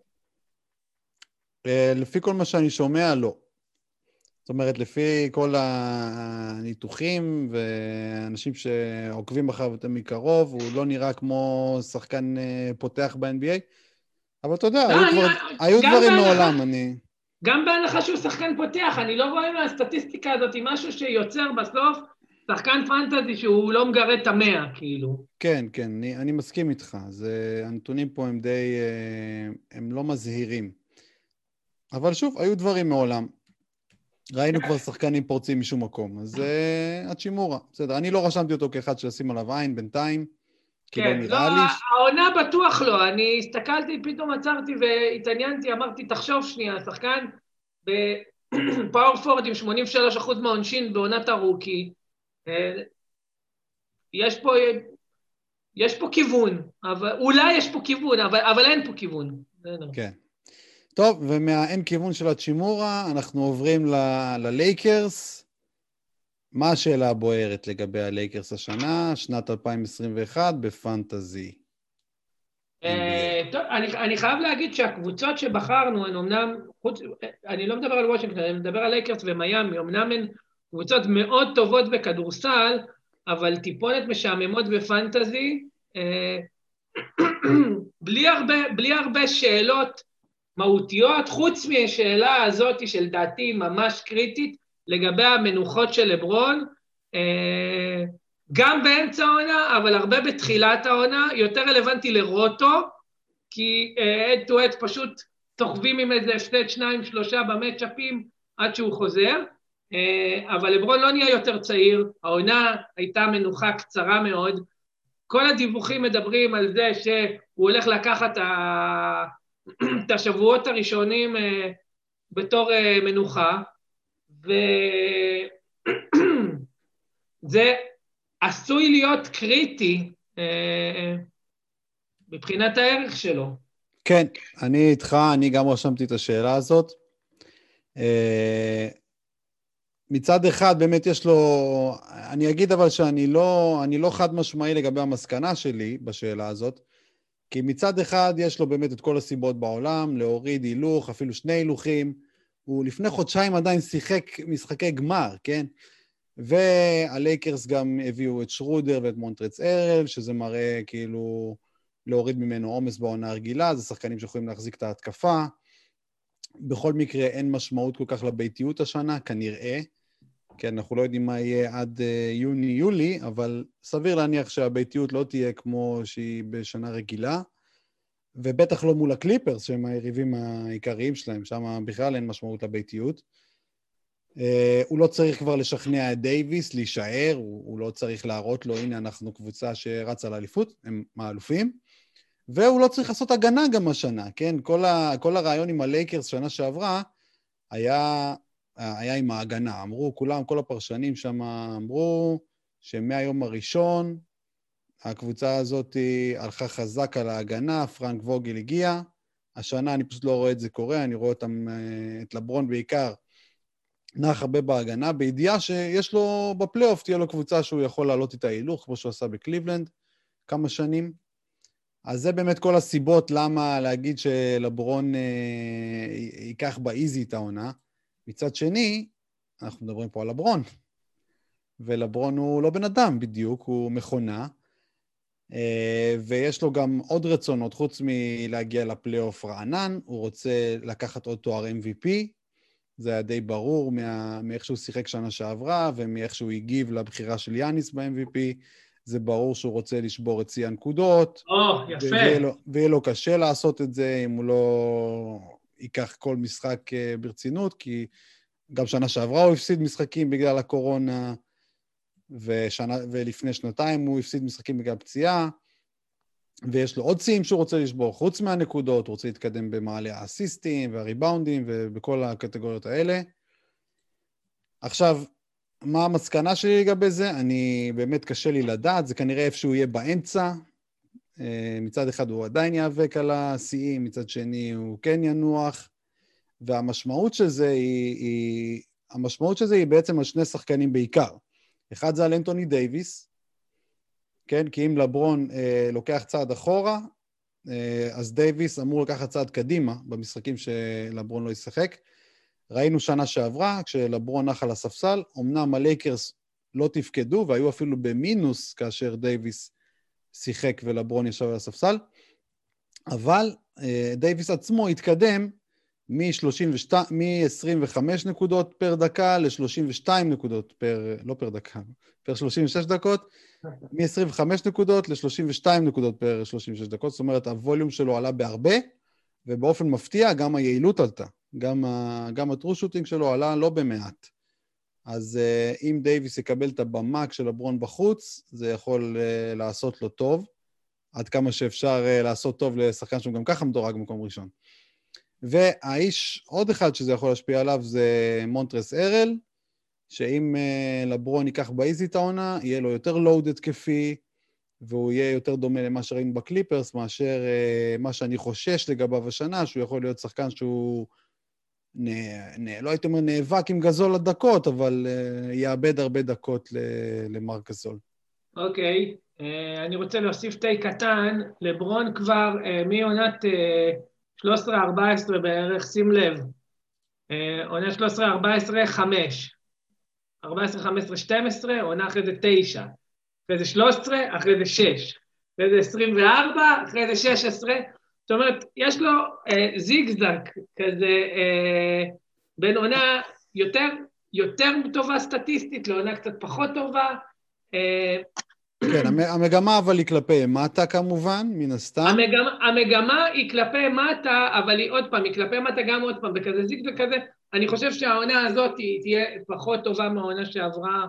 לפי כל מה שאני שומע, לא. זאת אומרת, לפי כל הניתוחים ואנשים שעוקבים אחריו יותר מקרוב, הוא לא נראה כמו שחקן פותח ב-NBA, אבל אתה יודע, היו דברים מעולם, גם בהנחה שהוא שחקן פותח, אני לא רואה מהסטטיסטיקה הזאת משהו שיוצר בסוף שחקן פנטזי שהוא לא מגרד את 100, כאילו. כן, אני מסכים איתך. הנתונים פה הם די, הם לא מזהירים. אבל שוב, היו דברים מעולם. ראינו כבר שחקנים פורצים משום מקום, אז הצ'ימורה. בסדר, אני לא רשמתי אותו כאחד שלשים עליו עין בינתיים, כי לא נראה לי... העונה בטוח לא, אני הסתכלתי, פתאום עצרתי והתעניינתי, אמרתי, תחשוב שנייה, שחקן בפאור פורד עם 83% מהעונשין בעונת הרוקי, יש פה כיוון, אולי יש פה כיוון, אבל אין פה כיוון. כן. טוב, ומהאין כיוון של הצ'ימורה, אנחנו עוברים ללייקרס. מה השאלה הבוערת לגבי הלייקרס השנה, שנת 2021, בפנטזי? טוב, אני חייב להגיד שהקבוצות שבחרנו, הן אמנם, אני לא מדבר על וושינגטון, אני מדבר על לייקרס ומיימי, אמנם הן קבוצות מאוד טובות בכדורסל, אבל טיפונת משעממות בפנטזי, בלי הרבה שאלות מהותיות, חוץ מהשאלה הזאת של דעתי ממש קריטית, לגבי המנוחות של לברון, גם באמצע העונה, אבל הרבה בתחילת העונה, יותר רלוונטי לרוטו, כי head to head פשוט תוכבים עם איזה 2-3 במצ'אפים עד שהוא חוזר, אבל לברון לא נהיה יותר צעיר, העונה הייתה מנוחה קצרה מאוד, כל הדיווחים מדברים על זה שהוא הולך לקחת את השבועות הראשונים בתור מנוחה, וזה עשוי להיות קריטי מבחינת הערך שלו. כן, אני איתך, אני גם רשמתי את השאלה הזאת. מצד אחד באמת יש לו, אני אגיד אבל שאני לא חד משמעי לגבי המסקנה שלי בשאלה הזאת, כי מצד אחד יש לו באמת את כל הסיבות בעולם, להוריד הילוך, אפילו 2 הילוכים, הוא לפני חודשיים עדיין שיחק משחקי גמר, כן? והלייקרס גם הביאו את שרודר ואת מונטרץ ארל, שזה מראה כאילו להוריד ממנו עומס בעונה הרגילה, זה שחקנים שיכולים להחזיק את ההתקפה. בכל מקרה אין משמעות כל כך לביתיות השנה, כנראה, כי אנחנו לא יודעים מה יהיה עד יוני-יולי, אבל סביר להניח שהביתיות לא תהיה כמו שהיא בשנה רגילה, ובטח לא מול הקליפרס, שהם היריבים העיקריים שלהם, שם בכלל אין משמעות לביתיות. הוא לא צריך כבר לשכנע את דייביס להישאר, הוא לא צריך להראות לו, הנה אנחנו קבוצה שרצה לאליפות, הם האלופים, והוא לא צריך לעשות הגנה גם השנה, כן? כל הרעיון עם הלייקרס שנה שעברה היה עם ההגנה. אמרו כולם, כל הפרשנים שם אמרו שמהיום הראשון הקבוצה הזאת הלכה חזק על ההגנה, פרנק ווגל הגיע. השנה אני פשוט לא רואה את זה קורה, אני רואה אותם, את לברון בעיקר, נח הרבה בהגנה, בידיעה שיש לו בפלייאוף, תהיה לו קבוצה שהוא יכול לעלות את ההילוך, כמו שהוא עשה בקליבלנד כמה שנים. אז זה באמת כל הסיבות למה להגיד שלברון ייקח באיזי את העונה. מצד שני, אנחנו מדברים פה על לברון, ולברון הוא לא בן אדם בדיוק, הוא מכונה, ויש לו גם עוד רצונות, חוץ מלהגיע לפלייאוף רענן, הוא רוצה לקחת עוד תואר MVP, זה היה די ברור מאיך שהוא שיחק שנה שעברה, ומאיך שהוא הגיב לבחירה של יאניס ב-MVP, זה ברור שהוא רוצה לשבור את שיא הנקודות. יפה. ויהיה לו קשה לעשות את זה אם הוא לא ייקח כל משחק ברצינות, כי גם שנה שעברה הוא הפסיד משחקים בגלל הקורונה, ולפני שנתיים הוא הפסיד משחקים בגלל פציעה, ויש לו עוד שיאים שהוא רוצה לשבור, חוץ מהנקודות, הוא רוצה להתקדם במעלה האסיסטים והריבאונדים ובכל הקטגוריות האלה. עכשיו, מה המסקנה שלי לגבי זה? אני באמת קשה לי לדעת, זה כנראה איפשהו יהיה באמצע. מצד אחד הוא עדיין יאבק על השיאים, מצד שני הוא כן ינוח, והמשמעות של זה היא בעצם על שני שחקנים בעיקר. אחד זה על אנטוני דייביס, כן? כי אם לברון לוקח צעד אחורה, אז דייביס אמור לקחת צעד קדימה במשחקים שלברון לא ישחק. ראינו שנה שעברה, כשלברון נח על הספסל, אמנם הלייקרס לא תפקדו, והיו אפילו במינוס כאשר דייביס שיחק ולברון ישב על הספסל, אבל דייביס עצמו התקדם מ-25 נקודות פר דקה ל-32 נקודות פר 36 דקות, מ-25 נקודות ל-32 נקודות פר 36 דקות, זאת אומרת, הווליום שלו עלה בהרבה, ובאופן מפתיע גם היעילות עלתה, גם הטרו שוטינג שלו עלה לא במעט. אז אם דייביס יקבל את הבמה כשלברון בחוץ, זה יכול לעשות לו טוב, עד כמה שאפשר לעשות טוב לשחקן שהוא גם ככה מדורג במקום ראשון. והאיש, עוד אחד שזה יכול להשפיע עליו, זה מונטרס ארל, שאם לברון ייקח באיזי את העונה, יהיה לו יותר לואוד התקפי, והוא יהיה יותר דומה למה שראינו בקליפרס, מאשר מה שאני חושש לגביו השנה, שהוא יכול להיות שחקן שהוא, לא הייתי אומר נאבק עם גזול לדקות, אבל יאבד הרבה דקות למרק גזול. אוקיי, אני רוצה להוסיף תי קטן, לברון כבר מעונת 13-14 בערך, שים לב, עונה 13-14, 5, 14-15-12, עונה אחרי זה 9, אחרי זה 13, אחרי זה 6, אחרי זה 24, אחרי זה 16, זאת אומרת, יש לו זיגזג כזה בין עונה יותר טובה סטטיסטית לעונה קצת פחות טובה. כן, המגמה אבל היא כלפי מטה כמובן, מן הסתם. המגמה היא כלפי מטה, אבל היא עוד פעם, היא כלפי מטה גם עוד פעם, בכזה זיגזג כזה. אני חושב שהעונה הזאת תהיה פחות טובה מהעונה שעברה,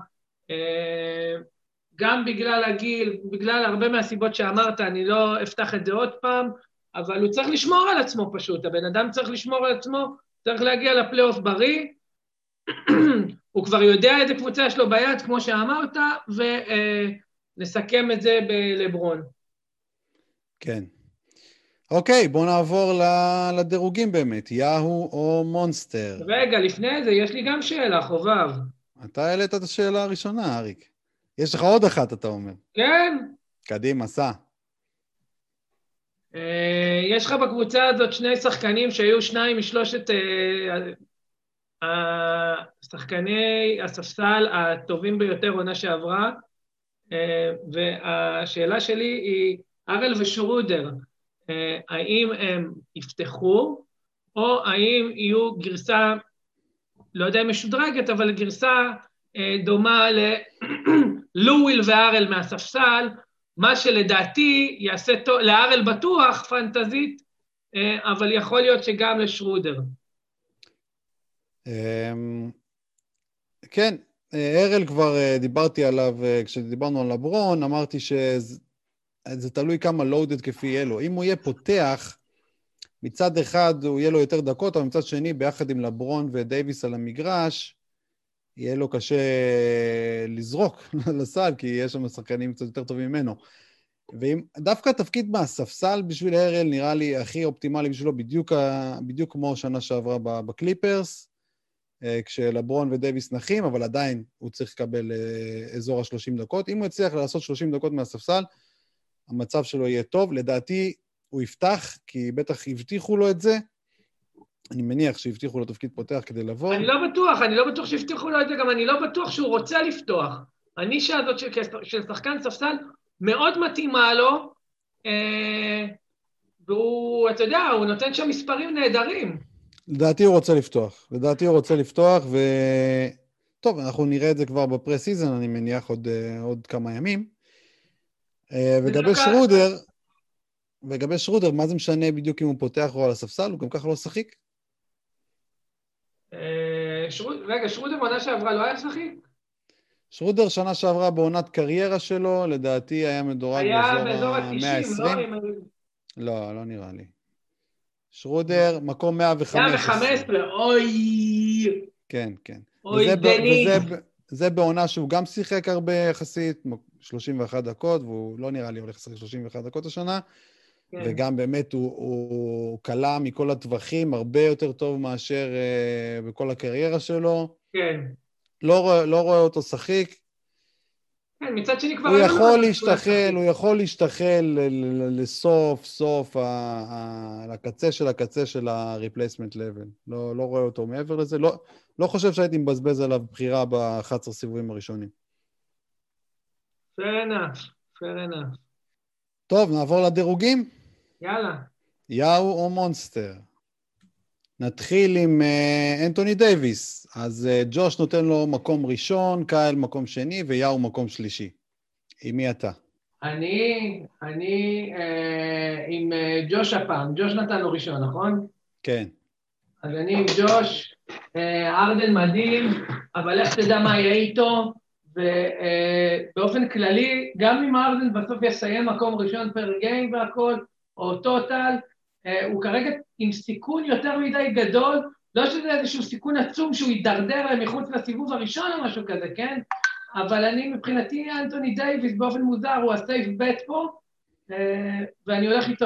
גם בגלל הגיל, בגלל הרבה מהסיבות שאמרת, אני לא אפתח את זה עוד פעם, אבל הוא צריך לשמור על עצמו פשוט, הבן אדם צריך לשמור על עצמו, צריך להגיע לפלייאוף בריא, הוא כבר יודע איזה קבוצה יש לו ביד, כמו שאמרת, ונסכם את זה בלברון. כן. אוקיי, בואו נעבור לדירוגים באמת, יאהו או מונסטר. רגע, לפני זה יש לי גם שאלה, חובב. אתה העלית את השאלה הראשונה, אריק. יש לך עוד אחת, אתה אומר. כן. קדימה, סע. יש לך בקבוצה הזאת שני שחקנים שהיו שניים משלושת השחקני הספסל הטובים ביותר עונה שעברה, והשאלה שלי היא, ארל ושרודר, האם הם יפתחו, או האם יהיו גרסה, לא יודע אם משודרגת, אבל גרסה דומה ללואיל וארל מהספסל, מה שלדעתי יעשה טוב, לארל בטוח פנטזית, אבל יכול להיות שגם לשרודר. כן, ארל כבר דיברתי עליו, כשדיברנו על לברון, אמרתי שזה תלוי כמה לואודד כפי יהיה לו. אם הוא יהיה פותח, מצד אחד הוא יהיה לו יותר דקות, אבל מצד שני, ביחד עם לברון ודייביס על המגרש, יהיה לו קשה לזרוק לסל, כי יש שם שחקנים קצת יותר טובים ממנו. ודווקא התפקיד מהספסל בשביל ארל נראה לי הכי אופטימלי בשבילו, בדיוק כמו שנה שעברה בקליפרס, כשלברון ודייביס נחים, אבל עדיין הוא צריך לקבל אזור ה-30 דקות. אם הוא יצליח לעשות 30 דקות מהספסל, המצב שלו יהיה טוב. לדעתי הוא יפתח, כי בטח הבטיחו לו את זה. אני מניח שהבטיחו לו תפקיד פותח כדי לבוא. אני לא בטוח שהבטיחו לו את זה, גם אני לא בטוח שהוא רוצה לפתוח. הנישה הזאת של שחקן ספסל מאוד מתאימה לו, והוא, אתה יודע, הוא נותן שם מספרים נהדרים. לדעתי הוא רוצה לפתוח, טוב, אנחנו נראה את זה כבר בפרי-סיזן, אני מניח עוד כמה ימים. וגבי שרודר, מה זה משנה בדיוק אם הוא פותח או על הספסל? הוא גם ככה לא שחיק? רגע, שרודר בעונה שעברה לא היה שחיק? שרודר שנה שעברה בעונת קריירה שלו, לדעתי היה מדורג באזור ה-90, לא? לא נראה לי. שרודר, מקום 115. 115, אוי! כן. אוי, דני. וזה בעונה שהוא גם שיחק הרבה יחסית, 31 דקות, והוא לא נראה לי הולך לשחק 31 דקות השנה, כן. וגם באמת הוא קלה מכל הטווחים, הרבה יותר טוב מאשר בכל הקריירה שלו. כן. לא רואה אותו שחיק. כן, מצד שני כבר... הוא יכול להשתחל לסוף, לקצה של ה-replacement level. לא רואה אותו מעבר לזה. לא חושב שהייתי מבזבז עליו בחירה ב-11 סיבובים הראשונים. Fair enough. טוב, נעבור לדירוגים? יאללה. יאו או מונסטר? נתחיל עם אנטוני דייביס. אז ג'וש נותן לו מקום ראשון, קייל מקום שני, ויאו מקום שלישי. עם מי אתה? אני עם ג'וש הפעם. ג'וש נתן לו ראשון, נכון? כן. אז אני עם ג'וש, ארדן מדהים, אבל איך תדע מה יהיה איתו, ובאופן כללי, גם אם ארדן בסוף יסיים מקום ראשון פר גיים והכל, או טוטל, הוא כרגע עם סיכון יותר מדי גדול, לא שזה איזשהו סיכון עצום שהוא יידרדר מחוץ לסיבוב הראשון או משהו כזה, כן? אבל אני מבחינתי, אנטוני דייביס באופן מוזר, הוא הסייף בט פה, ואני הולך איתו.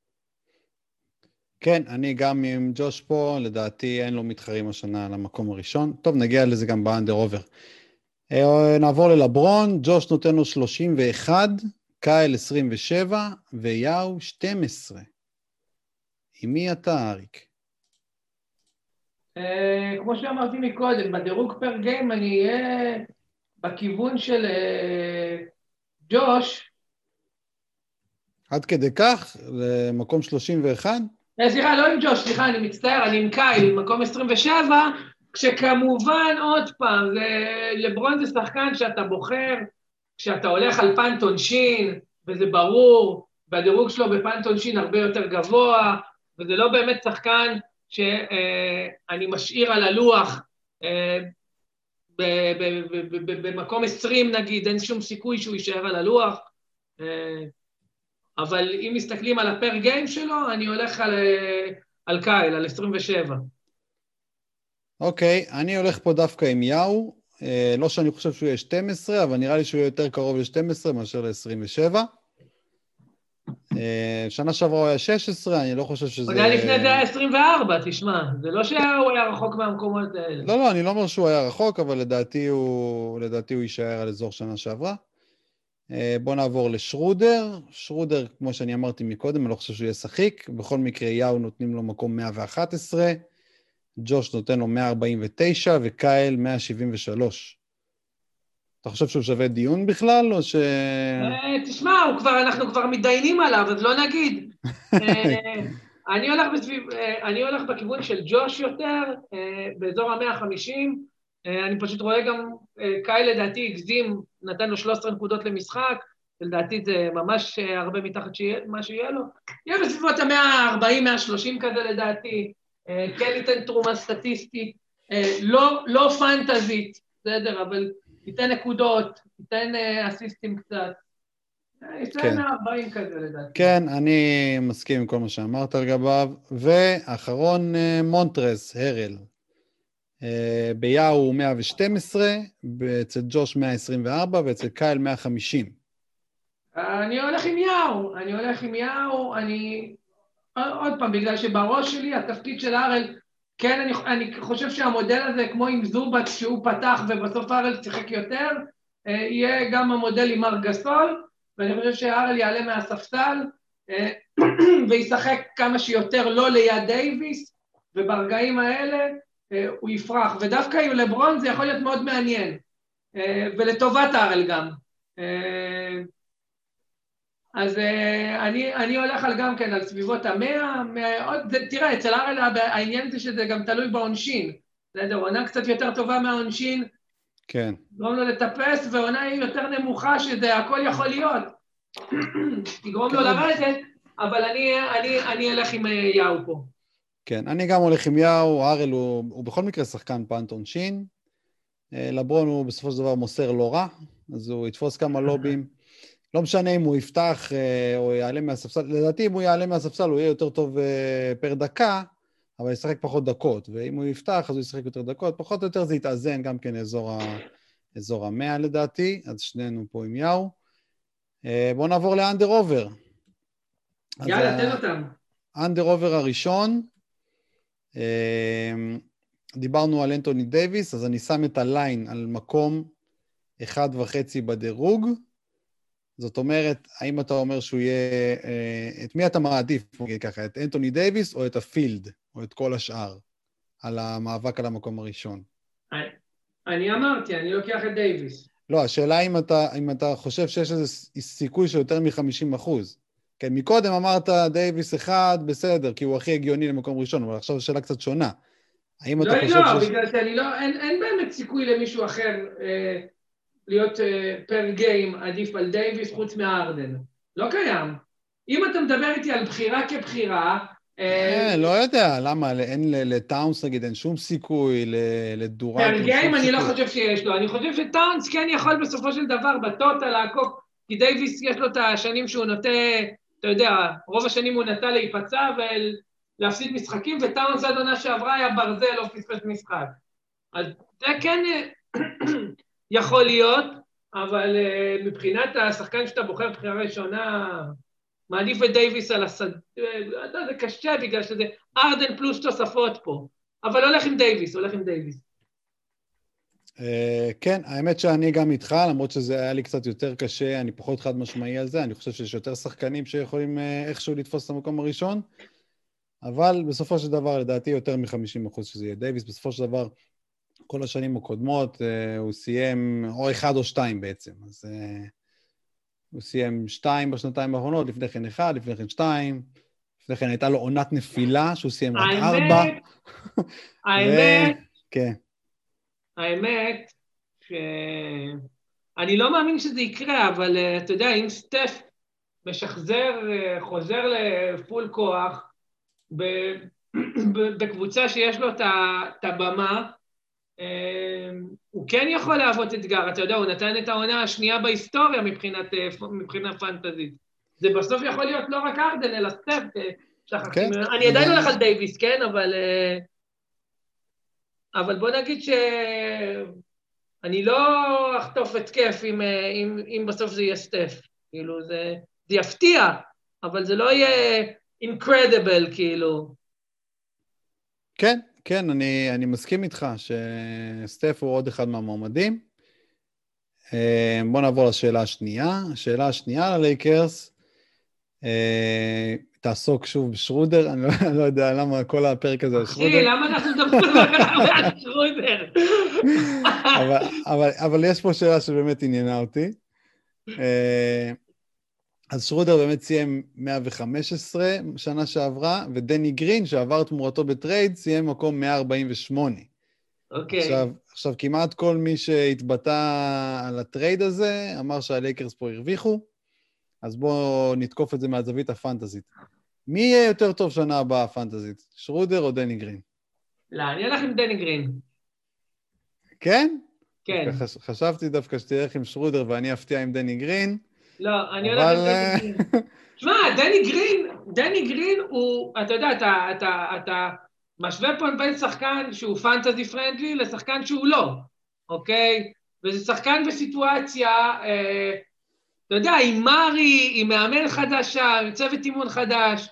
כן, אני גם עם ג'וש פה, לדעתי אין לו מתחרים השנה על המקום הראשון. טוב, נגיע לזה גם באנדר אובר. נעבור ללברון, ג'וש נותן לו 31, קייל 27, ויאו 12. עם מי אתה, אריק? כמו שאמרתי מקודם, בדירוג פר גיים אני אהיה בכיוון של ג'וש. עד כדי כך? למקום 31? סליחה, לא עם ג'וש, סליחה, אני מצטער, אני עם קייל, מקום 27, כשכמובן, עוד פעם, לברון זה שחקן שאתה בוחר, כשאתה הולך על פנט עונשין, וזה ברור, והדירוג שלו בפנט עונשין הרבה יותר גבוה, וזה לא באמת שחקן שאני משאיר על הלוח במקום 20 נגיד, אין שום סיכוי שהוא יישאר על הלוח, אבל אם מסתכלים על הפר גיים שלו, אני הולך על קייל, על 27. אוקיי, אני הולך פה דווקא עם יאו, לא שאני חושב שהוא יהיה 12, אבל נראה לי שהוא יהיה יותר קרוב ל-12 מאשר ל-27. שנה שעברה הוא היה 16, אני לא חושב שזה... עוד היה לפני זה היה 24, תשמע, זה לא שהוא היה רחוק מהמקומות האלה. לא, אני לא אומר שהוא היה רחוק, אבל לדעתי הוא יישאר על אזור שנה שעברה. בוא נעבור לשרודר. שרודר, כמו שאני אמרתי מקודם, אני לא חושב שהוא יהיה שחיק. בכל מקרה, יאו נותנים לו מקום 111. ג'וש נותן לו 149, וקייל 173. אתה חושב שהוא שווה דיון בכלל, או ש... תשמע, אנחנו כבר מתדיינים עליו, אז לא נגיד. אני הולך בכיוון של ג'וש יותר, באזור ה-150, אני פשוט רואה גם, קייל לדעתי הגזים, נתן לו 13 נקודות למשחק, לדעתי זה ממש הרבה מתחת מה שיהיה לו. יהיה בסביבות ה-140-130 כזה לדעתי, כן ייתן תרומה סטטיסטית, לא פנטזית, בסדר, אבל ייתן נקודות, ייתן אסיסטים קצת, ייתן 140 כזה לדעתי. כן, אני מסכים עם כל מה שאמרת לגביו, ואחרון מונטרס, הרל. ביהו 112, אצל ג'וש 124, ואצל קייל 150. אני הולך עם יאו, עוד פעם, בגלל שבראש שלי התפקיד של הארל, כן, אני חושב שהמודל הזה, כמו עם זובט שהוא פתח ובסוף הארל שיחק יותר, יהיה גם המודל עם ארגסול, ואני חושב שהארל יעלה מהספסל, וישחק כמה שיותר לא ליד דייביס, וברגעים האלה הוא יפרח, ודווקא עם לברון זה יכול להיות מאוד מעניין, ולטובת הארל גם. אז אני הולך גם כן על סביבות ה-100, תראה, אצל הארל העניין זה שזה גם תלוי בעונשין, בסדר, עונה קצת יותר טובה מהעונשין, כן. גורם לו לטפס, ועונה היא יותר נמוכה, שזה הכל יכול להיות, תגרום לו לרדת, אבל אני אלך עם יאו פה. כן, אני גם הולך עם יאו, הארל הוא בכל מקרה שחקן פאנט עונשין, לברון הוא בסופו של דבר מוסר לא רע, אז הוא יתפוס כמה לובים, לא משנה אם הוא יפתח או יעלה מהספסל, לדעתי אם הוא יעלה מהספסל הוא יהיה יותר טוב פר דקה, אבל ישחק פחות דקות, ואם הוא יפתח אז הוא ישחק יותר דקות, פחות או יותר זה יתאזן גם כן אזור ה-100 לדעתי, אז שנינו פה עם יאו. בואו נעבור לאנדר אובר. יאללה, תן אותם. אנדר אובר הראשון, דיברנו על אנטוני דייביס, אז אני שם את הליין על מקום 1.5 בדירוג, זאת אומרת, האם אתה אומר שהוא יהיה, את מי אתה מעדיף, ככה, את אנטוני דייביס או את הפילד, או את כל השאר, על המאבק על המקום הראשון? אני אמרתי, אני לוקח את דייביס. לא, השאלה אם אתה חושב שיש איזה סיכוי של יותר מ-50%. כן, מקודם אמרת דייביס אחד, בסדר, כי הוא הכי הגיוני למקום ראשון, אבל עכשיו זו שאלה קצת שונה. האם אתה חושב לא, בגלל שאני לא, אין באמת סיכוי למישהו אחר להיות פר גיים עדיף על דייביס חוץ מהארדן. לא קיים. אם אתה מדבר איתי על בחירה כבחירה... לא יודע, למה? אין לטאונס נגיד, אין שום סיכוי, לדורנט. פר גיים אני לא חושב שיש לו. אני חושב שטאונס כן יכול בסופו של דבר בטוטל לעקוף, כי דייביס יש לו את השנים שהוא נוטה, אתה יודע, רוב השנים הוא נטה להיפצע ולהפסיד משחקים, וטאונס עד עונה שעברה היה ברזל, לא פספס משחק. אז זה כן יכול להיות, אבל מבחינת השחקן שאתה בוחר בחירה ראשונה, מעדיף את דייביס על הסד... זה קשה בגלל שזה ארדן פלוס תוספות פה, אבל הולך עם דייביס. כן, האמת שאני גם איתך, למרות שזה היה לי קצת יותר קשה, אני פחות חד משמעי על זה, אני חושב שיש יותר שחקנים שיכולים איכשהו לתפוס את המקום הראשון, אבל בסופו של דבר, לדעתי יותר מ-50% שזה יהיה דייביס, בסופו של דבר, כל השנים הקודמות, הוא סיים או 1 או 2 בעצם, אז הוא סיים 2 בשנתיים האחרונות, לפני כן 1, לפני כן 2, לפני כן הייתה לו עונת נפילה, שהוא סיים רק 4. האמת שאני לא מאמין שזה יקרה, אבל אתה יודע, אם סטף משחזר, חוזר לפול כוח, בקבוצה שיש לו את הבמה, הוא כן יכול להוות אתגר, אתה יודע, הוא נתן את העונה השנייה בהיסטוריה מבחינה פנטזית. זה בסוף יכול להיות לא רק ארדן, אלא סטף. אני עדיין הולך על דייביס, כן, אבל בוא נגיד שאני לא אחטוף התקף אם בסוף זה יהיה סטף. כאילו, זה יפתיע, אבל זה לא יהיה incredible, כאילו. כן. כן, אני מסכים איתך שסטף הוא עוד אחד מהמועמדים. בוא נעבור לשאלה השנייה. השאלה השנייה ללייקרס, תעסוק שוב בשרודר, אני לא יודע למה כל הפרק הזה על שרודר. אחי, למה אנחנו מדברים על שרודר? אבל יש פה שאלה שבאמת עניינה אותי. אז שרודר באמת סיים 115 שנה שעברה, ודני גרין, שעבר תמורתו בטרייד, סיים מקום 148. אוקיי. עכשיו, כמעט כל מי שהתבטא על הטרייד הזה, אמר שהלייקרס פה הרוויחו, אז בואו נתקוף את זה מהזווית הפנטזית. מי יהיה יותר טוב שנה הבאה הפנטזית? שרודר או דני גרין? לא, אני הולך עם דני גרין. כן? כן. חשבתי דווקא שתלך עם שרודר ואני אפתיע עם דני גרין. לא, אני הולך עם דני גרין. תשמע, דני גרין הוא, אתה יודע, אתה משווה פה בין שחקן שהוא פנטזי פרנדלי לשחקן שהוא לא, אוקיי? וזה שחקן בסיטואציה, אתה יודע, עם מרי, עם מאמן חדשה, עם צוות אימון חדש,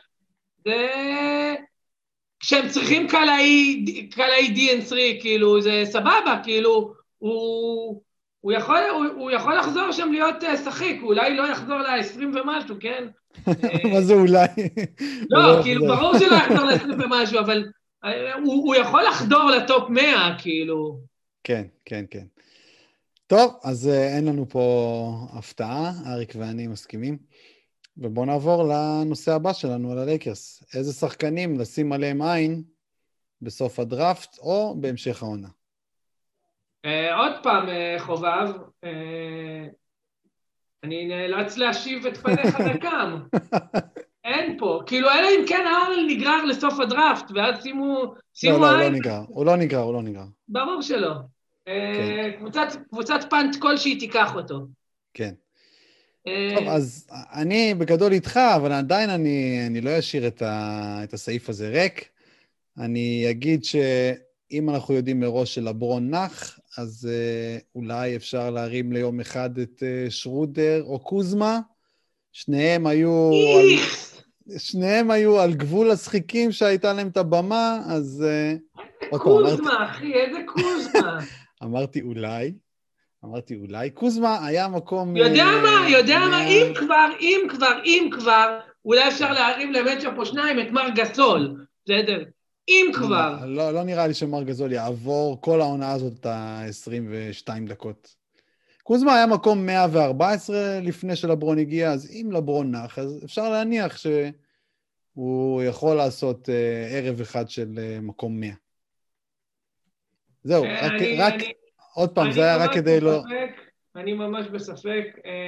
כשהם צריכים קלעי DN3, כאילו, זה סבבה, כאילו, הוא יכול לחזור שם להיות שחיק, הוא אולי לא יחזור ל-20 ומשהו, כן? מה זה אולי? לא, כאילו, ברור שלא יחזור ל-20 ומשהו, אבל הוא יכול לחדור לטופ 100, כאילו. כן, כן, כן. טוב, אז אין לנו פה הפתעה, אריק ואני מסכימים. ובואו נעבור לנושא הבא שלנו, על הלייקרס. איזה שחקנים לשים עליהם עין בסוף הדראפט או בהמשך העונה? עוד פעם, חובב, אני נאלץ להשיב את פניך דרכם. אין פה, כאילו, אלא אם כן הארל נגרר לסוף הדראפט, ואז שימו לא, עין. הוא לא נגרר. ברור שלא. כן. קבוצת פאנט כלשהי תיקח אותו. כן. טוב, אז אני בגדול איתך, אבל עדיין אני לא אשאיר את הסעיף הזה ריק. אני אגיד שאם אנחנו יודעים מראש שלברון נח, אז אולי אפשר להרים ליום אחד את שרודר או קוזמה. שניהם היו על גבול השחיקים שהייתה להם את הבמה, אז... איזה קוזמה, אחי, איזה קוזמה. אמרתי אולי. קוזמה היה מקום... יודע מה, אם כבר, אולי אפשר להרים למצ'אפ או שניים את מר גסול, בסדר? אם כבר. לא נראה לי שמר גסול יעבור כל העונה הזאת את ה-22 דקות. קוזמה היה מקום 114 לפני שלברון הגיע, אז אם לברון נח, אז אפשר להניח שהוא יכול לעשות ערב אחד של מקום 100. זהו, רק עוד פעם, זה היה רק כדי לא... אני ממש בספק.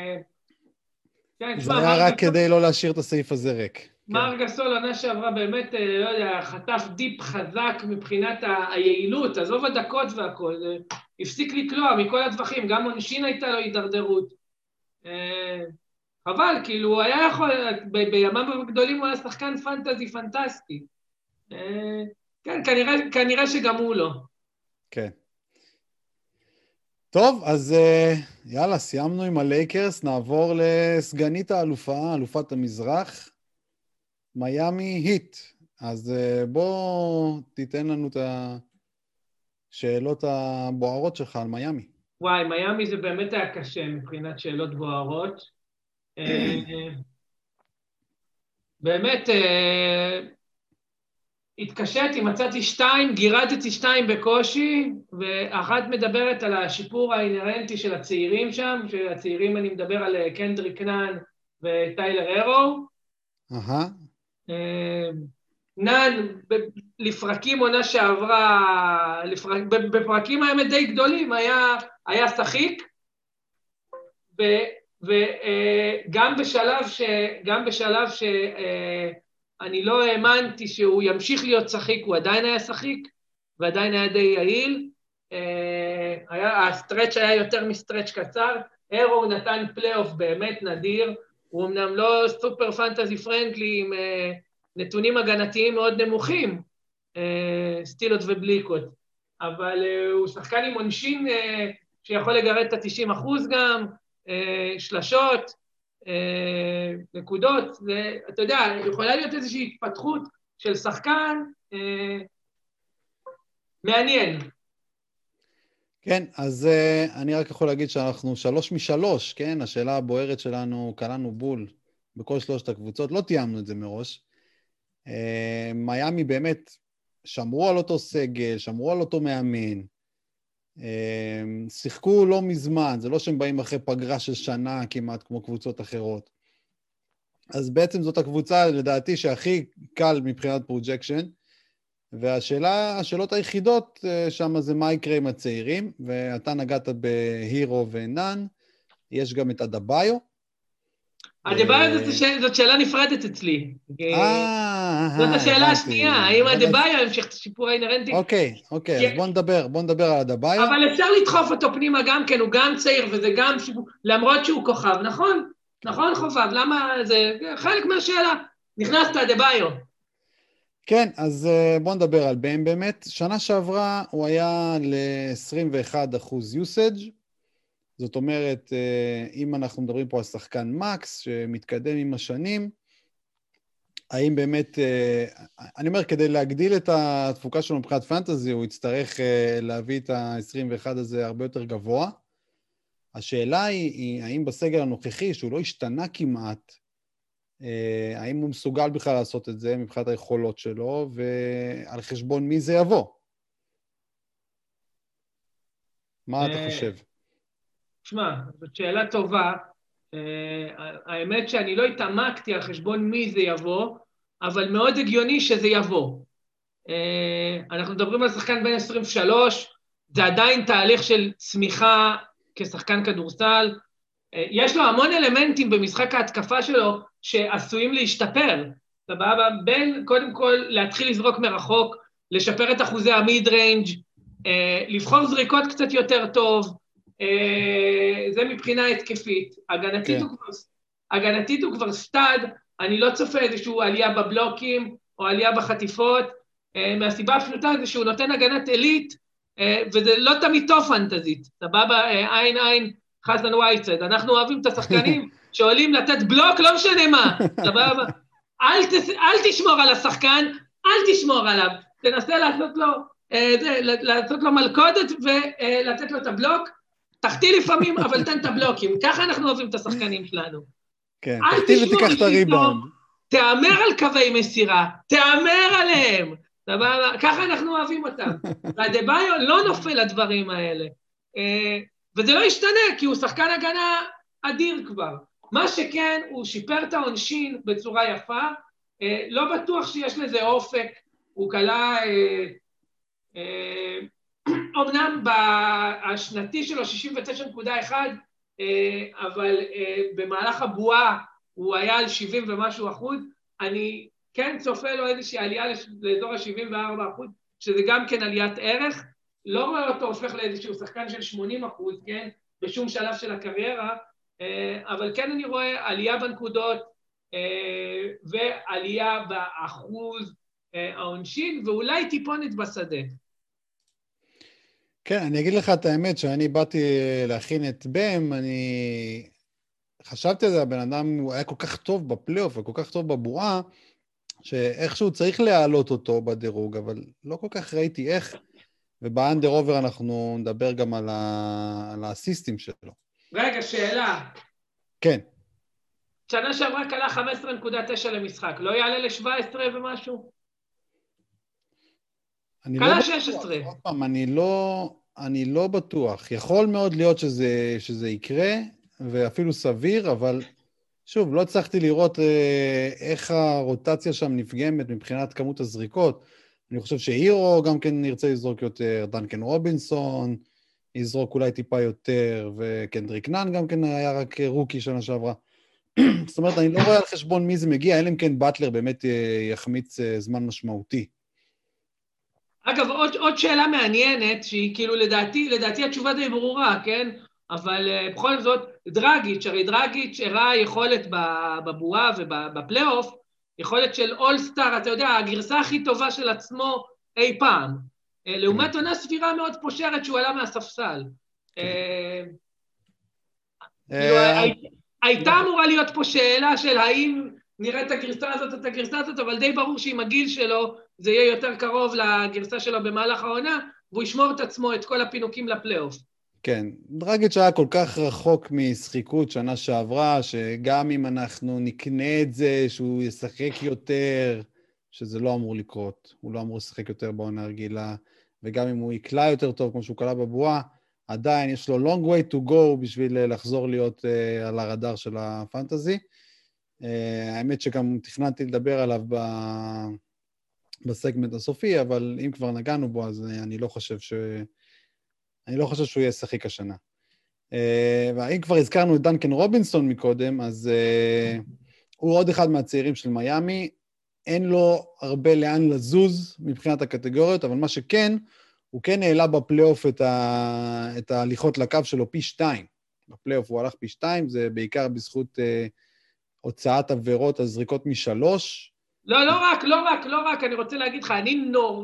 זה היה רק כדי לא להשאיר את הסעיף הזה ריק. מר גסול, עונה שעברה באמת, לא יודע, חטף דיפ חזק מבחינת היעילות, עזוב הדקות והכל, הפסיק לקלוע מכל הטווחים, גם עונשין הייתה לו הידרדרות. אבל, כאילו, הוא היה יכול, בימיו הגדולים הוא היה שחקן פנטזי פנטסטי. כן, כנראה שגם הוא לא. כן. טוב, אז יאללה, סיימנו עם הלייקרס, נעבור לסגנית האלופה, אלופת המזרח, מיאמי היט. אז בוא תיתן לנו את השאלות הבוערות שלך על מיאמי. וואי, מיאמי זה באמת היה קשה מבחינת שאלות בוערות. באמת, התקשיתי, מצאתי 2, גירדתי 2 בקושי, ואחת מדברת על השיפור האינרנטי של הצעירים שם, שהצעירים אני מדבר על קנדריק נאן וטיילר אירו. נאן, לפרקים עונה שעברה, בפרקים האמת די גדולים, היה שחיק, וגם בשלב אני לא האמנתי שהוא ימשיך להיות שחיק, הוא עדיין היה שחיק, ועדיין היה די יעיל, הסטרץ' היה יותר מסטרץ' קצר, אירו נתן פלייאוף באמת נדיר, הוא אמנם לא סופר פנטזי פרנדלי עם נתונים הגנתיים מאוד נמוכים, סטילות ובליקות, אבל הוא שחקן עם עונשין שיכול לגרד את ה-90% גם, שלשות, נקודות, אתה יודע, יכולה להיות איזושהי התפתחות של שחקן מעניין. כן, אז אני רק יכול להגיד שאנחנו 3 מ-3, כן? השאלה הבוערת שלנו, קלענו בול. בכל שלושת הקבוצות, לא תיאמנו את זה מראש. מיאמי באמת שמרו על אותו סגל, שמרו על אותו מאמן, שיחקו לא מזמן, זה לא שהם באים אחרי פגרה של שנה כמעט כמו קבוצות אחרות. אז בעצם זאת הקבוצה לדעתי שהכי קל מבחינת פרוג'קשן, והשאלות היחידות שם זה מה יקרה עם הצעירים, ואתה נגעת בהירו ונן, יש גם את אדבאיו. אדבאיו זאת שאלה נפרדת אצלי. זאת השאלה השנייה, האם אדבאיו המשיך את השיפור האינרנטי? אוקיי, אז בוא נדבר על אדבאיו. אבל אפשר לדחוף אותו פנימה גם כן, הוא גם צעיר וזה גם שיפור, למרות שהוא כוכב, נכון? נכון חובב, למה זה חלק מהשאלה? נכנסת אדבאיו. כן, אז בוא נדבר על בהם באמת. שנה שעברה הוא היה ל-21% usage, זאת אומרת, אם אנחנו מדברים פה על שחקן מקס שמתקדם עם השנים, האם באמת, אני אומר, כדי להגדיל את התפוקה שלו מבחינת פנטזי, הוא יצטרך להביא את ה-21 הזה הרבה יותר גבוה. השאלה היא, האם בסגל הנוכחי, שהוא לא השתנה כמעט, האם הוא מסוגל בכלל לעשות את זה מבחינת היכולות שלו, ועל חשבון מי זה יבוא? מה אתה חושב? תשמע, זאת שאלה טובה. האמת שאני לא התעמקתי על חשבון מי זה יבוא, אבל מאוד הגיוני שזה יבוא. אנחנו מדברים על שחקן בין 23, זה עדיין תהליך של צמיחה כשחקן כדורסל. יש לו המון אלמנטים במשחק ההתקפה שלו שעשויים להשתפר. סבבה? בין קודם כל להתחיל לזרוק מרחוק, לשפר את אחוזי המיד ריינג', לבחור זריקות קצת יותר טוב, זה מבחינה התקפית. הגנתית הוא כבר סטאד, אני לא צופה איזשהו עלייה בבלוקים או עלייה בחטיפות, מהסיבה הפשוטה זה שהוא נותן הגנת אלית, וזה לא תמיד טוב פנטזית, סבבה, עין, חסן וייצד, אנחנו אוהבים את השחקנים שעולים לתת בלוק, לא משנה מה, סבבה, אל תשמור על השחקן, אל תשמור עליו, תנסה לעשות לו מלכודת ולתת לו את הבלוק, תחטיא לפעמים, אבל תן את הבלוקים, ככה אנחנו אוהבים את השחקנים שלנו. כן, תחטיא ותיקח את הריבאונד. תאמר על קווי מסירה, תאמר עליהם, ככה אנחנו אוהבים אותם. ואדבאיו לא נופל לדברים האלה. וזה לא ישתנה, כי הוא שחקן הגנה אדיר כבר. מה שכן, הוא שיפר את העונשין בצורה יפה, לא בטוח שיש לזה אופק, הוא קלה, אמנם השנתי שלו 69.1, אבל במהלך הבועה הוא היה על 70 ומשהו אחוז, אני כן צופה לו איזושהי עלייה לאזור ה-74%, שזה גם כן עליית ערך, לא רואה אותו הופך לאיזשהו שחקן של 80%, כן, בשום שלב של הקריירה, אבל כן אני רואה עלייה בנקודות, ועלייה באחוז העונשין, ואולי טיפונת בשדה. כן, אני אגיד לך את האמת, שאני באתי להכין את בם, אני חשבתי על זה, הבן אדם הוא היה כל כך טוב בפלייאוף וכל כך טוב בבועה, שאיכשהו צריך להעלות אותו בדירוג, אבל לא כל כך ראיתי איך, ובאנדר אובר אנחנו נדבר גם על האסיסטים שלו. רגע, שאלה. כן. שנה שעברה קלה 15.9 למשחק, לא יעלה ל-17 ומשהו? קלה 16. עוד פעם, אני לא בטוח. יכול מאוד להיות שזה יקרה, ואפילו סביר, אבל שוב, לא הצלחתי לראות איך הרוטציה שם נפגמת מבחינת כמות הזריקות. אני חושב שהירו גם כן נרצה לזרוק יותר, דנקן רובינסון יזרוק אולי טיפה יותר, וקנדריק נן גם כן היה רק רוקי שנה שעברה. זאת אומרת, אני לא רואה על חשבון מי זה מגיע, אלא אם כן באטלר באמת יחמיץ זמן משמעותי. אגב, עוד שאלה מעניינת, שהיא כאילו לדעתי התשובה די ברורה, כן? אבל בכל זאת, דרגיץ', הרי דרגיץ' הראה יכולת בבועה ובפלייאוף, יכולת של אול-סטאר, אתה יודע, הגרסה הכי טובה של עצמו אי פעם. לעומת עונה סבירה מאוד פושרת שהוא עלה מהספסל. הייתה אמורה להיות פה שאלה של האם נראה את הגרסה הזאת, אבל די ברור שעם הגיל שלו זה יהיה יותר קרוב לגרסה שלו במהלך העונה, והוא ישמור את עצמו את כל הפינוקים לפלייאוף. כן, דרגיץ' היה כל כך רחוק משחיקות שנה שעברה, שגם אם אנחנו נקנה את זה, שהוא ישחק יותר, שזה לא אמור לקרות. הוא לא אמור לשחק יותר בעונה הרגילה, וגם אם הוא יקלה יותר טוב, כמו שהוא קלה בבועה, עדיין יש לו long way to go בשביל לחזור להיות על הרדאר של הפנטזי. האמת שגם תכננתי לדבר עליו בסגמנט הסופי, אבל אם כבר נגענו בו, אז אני לא חושב שהוא יהיה שחיק השנה. ואם כבר הזכרנו את דנקן רובינסון מקודם, אז הוא עוד אחד מהצעירים של מיאמי, אין לו הרבה לאן לזוז מבחינת הקטגוריות, אבל מה שכן, הוא כן העלה בפלייאוף את ההליכות לקו שלו פי 2. בפלייאוף הוא הלך פי 2, זה בעיקר בזכות הוצאת עבירות, הזריקות משלוש. לא רק, אני רוצה להגיד לך, אני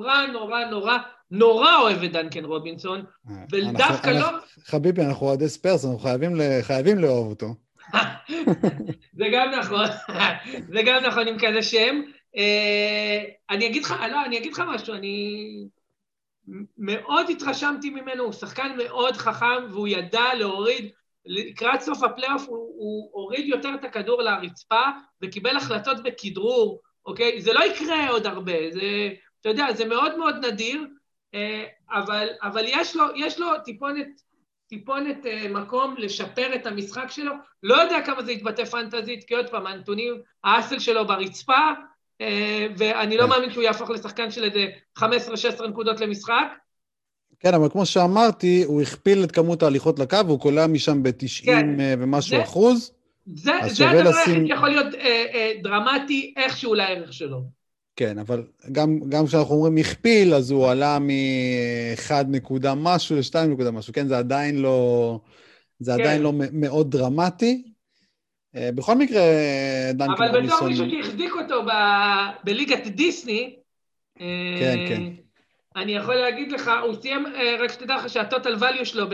נורא אוהב את דנקן רובינסון, ודווקא לא... חביבי, אנחנו אוהדי ספרס, אנחנו חייבים לאהוב אותו. זה גם נכון עם כזה שם. אני אגיד לך משהו, אני מאוד התרשמתי ממנו, הוא שחקן מאוד חכם, והוא ידע להוריד, לקראת סוף הפלייאוף הוא הוריד יותר את הכדור לרצפה, וקיבל החלטות בכדרור, אוקיי? זה לא יקרה עוד הרבה, אתה יודע, זה מאוד מאוד נדיר, אבל יש לו טיפונת מקום לשפר את המשחק שלו, לא יודע כמה זה יתבטא פנטזית, כי עוד פעם, הנתונים, האסל שלו ברצפה, ואני לא מאמין שהוא יהפוך לשחקן של איזה 15-16 נקודות למשחק. כן, אבל כמו שאמרתי, הוא הכפיל את כמות ההליכות לקו, והוא קולע משם ב-90 ומשהו אחוז. זה הדבר היחיד יכול להיות דרמטי איכשהו לערך שלו. כן, אבל גם כשאנחנו אומרים הכפיל, אז הוא עלה מ-1 נקודה משהו ל-2 נקודה משהו. כן, זה עדיין לא מאוד דרמטי. בכל מקרה, דנקן רובינסון... אבל בתור מישהו שהחזיק אותו בליגת דיסני, כן. אני יכול להגיד לך, הוא סיים, רק שתדע לך שהטוטל ואליו שלו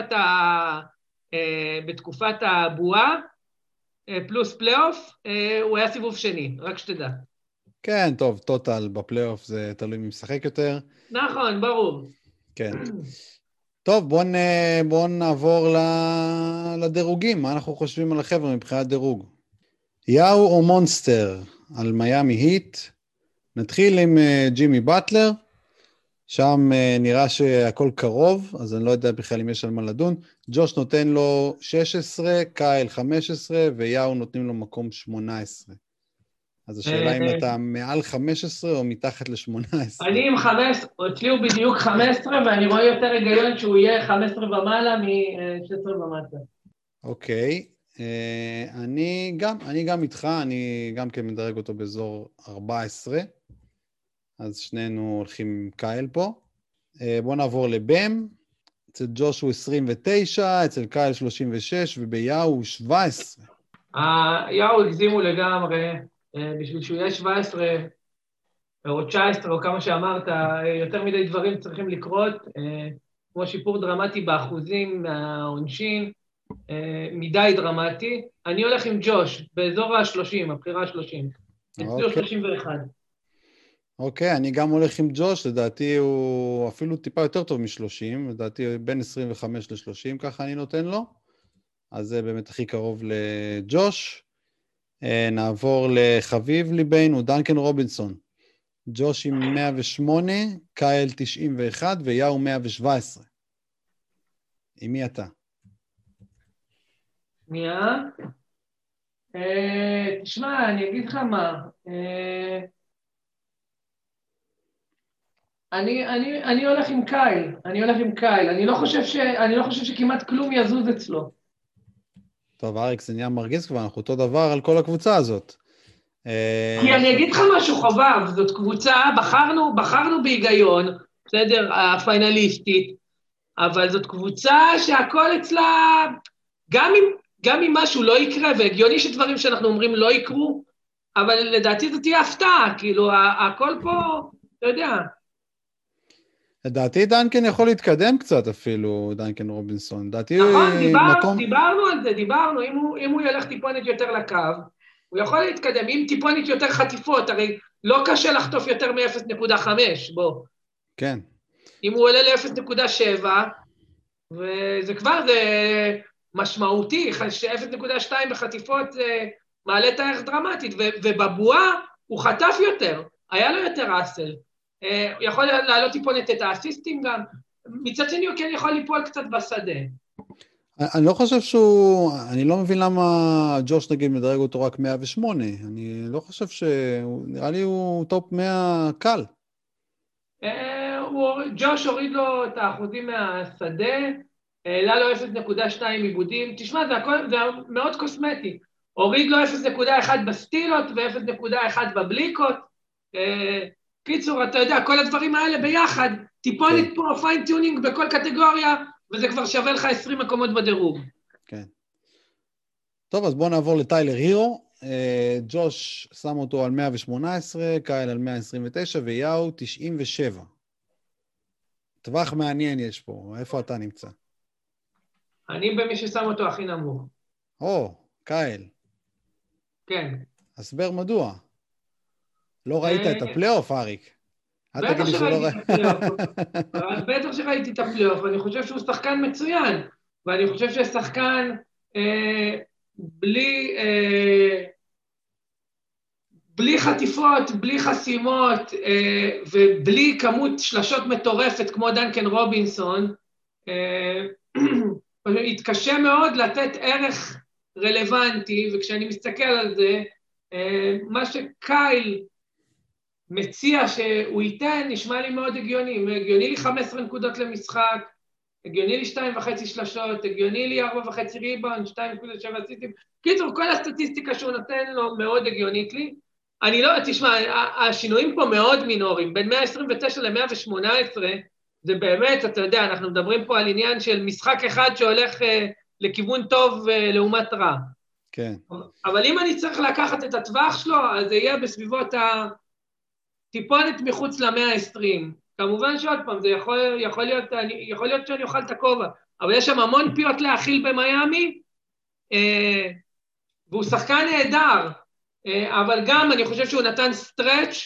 בתקופת הבועה, פלוס פלייאוף, הוא היה סיבוב שני, רק שתדע. כן, טוב, טוטל בפלייאוף זה תלוי מי משחק יותר. נכון, ברור. כן. טוב, בואו נעבור לדירוגים. מה אנחנו חושבים על החבר'ה מבחינת דירוג? יאו או מונסטר על מיאמי היט. נתחיל עם ג'ימי באטלר. שם נראה שהכל קרוב, אז אני לא יודע בכלל אם יש על מה לדון. ג'וש נותן לו 16, קייל 15, ויאו נותנים לו מקום 18. אז השאלה אם אתה מעל 15 או מתחת ל-18. אני עם 15, אצלי הוא בדיוק 15, ואני רואה יותר היגיון שהוא יהיה 15 ומעלה מ-16 ומטה. אוקיי, אני גם איתך, אני גם כן מדרג אותו באזור 14, אז שנינו הולכים עם קייל פה. בואו נעבור לבם, אצל ג'וש הוא 29, אצל קייל 36, וביאו הוא 17. יאו הגזימו לגמרי, בשביל שהוא יהיה 17 או 19 או כמה שאמרת, יותר מדי דברים צריכים לקרות, כמו שיפור דרמטי באחוזים מהעונשין, מדי דרמטי. אני הולך עם ג'וש, באזור ה-30, הבחירה ה-30. אצלו 31. אוקיי, אני גם הולך עם ג'וש, לדעתי הוא אפילו טיפה יותר טוב מ-30, לדעתי בין 25 ל-30, ככה אני נותן לו. אז זה באמת הכי קרוב לג'וש. נעבור לחביב ליבנו, דנקן רובינסון. ג'וש עם 108, קייל 91 ויאו 117. עם מי אתה? שנייה. תשמע, אני אגיד לך מה. אני הולך עם קייל. אני לא חושב שכמעט כלום יזוז אצלו. טוב, אריק, זה נהיה מרגיז כבר, אנחנו אותו דבר על כל הקבוצה הזאת. כי אני אגיד לך משהו חובב, זאת קבוצה, בחרנו בהיגיון, בסדר, הפיינליסטית, אבל זאת קבוצה שהכל אצלה, גם אם משהו לא יקרה, והגיוני שדברים שאנחנו אומרים לא יקרו, אבל לדעתי זאת תהיה הפתעה, כאילו, הכל פה, אתה יודע. לדעתי דנקן יכול להתקדם קצת אפילו, דנקן רובינסון. נכון, דיברנו, אם הוא ילך טיפונת יותר לקו, הוא יכול להתקדם, אם טיפונת יותר חטיפות, הרי לא קשה לחטוף יותר מ-0.5, בוא. כן. אם הוא עולה ל-0.7, וזה כבר, זה משמעותי, 0.2 בחטיפות מעלה את הערך דרמטית, ובבועה הוא חטף יותר, היה לו יותר אסל, הוא יכול לעלות טיפונת את האסיסטים גם, מצד שני הוא כן יכול ליפול קצת בשדה. אני לא חושב אני לא מבין למה ג'וש נגיד מדרג אותו רק 108, אני לא חושב נראה לי הוא טופ 100 קל. ג'וש הוריד לו את האחוזים מהשדה, העלה לו 0.2 עיבודים, תשמע, זה מאוד קוסמטי, הוריד לו 0.1 בסטילות ו-0.1 בבליקות, קיצור, אתה יודע, כל הדברים האלה ביחד, טיפונת פה, פיינטיונינג בכל קטגוריה, וזה כבר שווה לך 20 מקומות בדירוג. כן. טוב, אז בואו נעבור לטיילר הירו, ג'וש שם אותו על 118, קייל על 129 ויאו 97. טווח מעניין יש פה, איפה אתה נמצא? אני במי ששם אותו הכי נמוך. קייל. כן. הסבר מדוע. לא ראית את הפלייאוף, אריק? בטח שראיתי את הפלייאוף. בטח שראיתי את הפלייאוף, ואני חושב שהוא שחקן מצוין, ואני חושב ששחקן בלי חטיפות, בלי חסימות, ובלי כמות שלשות מטורפת כמו דנקן רובינסון, התקשה מאוד לתת ערך רלוונטי, וכשאני מסתכל על זה, מה שקייל מציע שהוא ייתן, נשמע לי מאוד הגיוני. הגיוני לי 15 נקודות למשחק, הגיוני לי 2.5 שלשות, הגיוני לי 4.5 ריבאונד, 2.7 סיסטים. קיצור, כל הסטטיסטיקה שהוא נותן לו מאוד הגיונית לי. אני לא, תשמע, השינויים פה מאוד מינוריים. בין 129 ל-118, זה באמת, אתה יודע, אנחנו מדברים פה על עניין של משחק אחד שהולך לכיוון טוב לעומת רע. כן. אבל אם אני צריך לקחת את הטווח שלו, אז זה יהיה בסביבות טיפונת מחוץ ל-120. כמובן שעוד פעם, זה יכול להיות שאני אוכל את הכובע, אבל יש שם המון פיות להכיל במיימי, והוא שחקן נהדר, אבל גם אני חושב שהוא נתן סטרץ'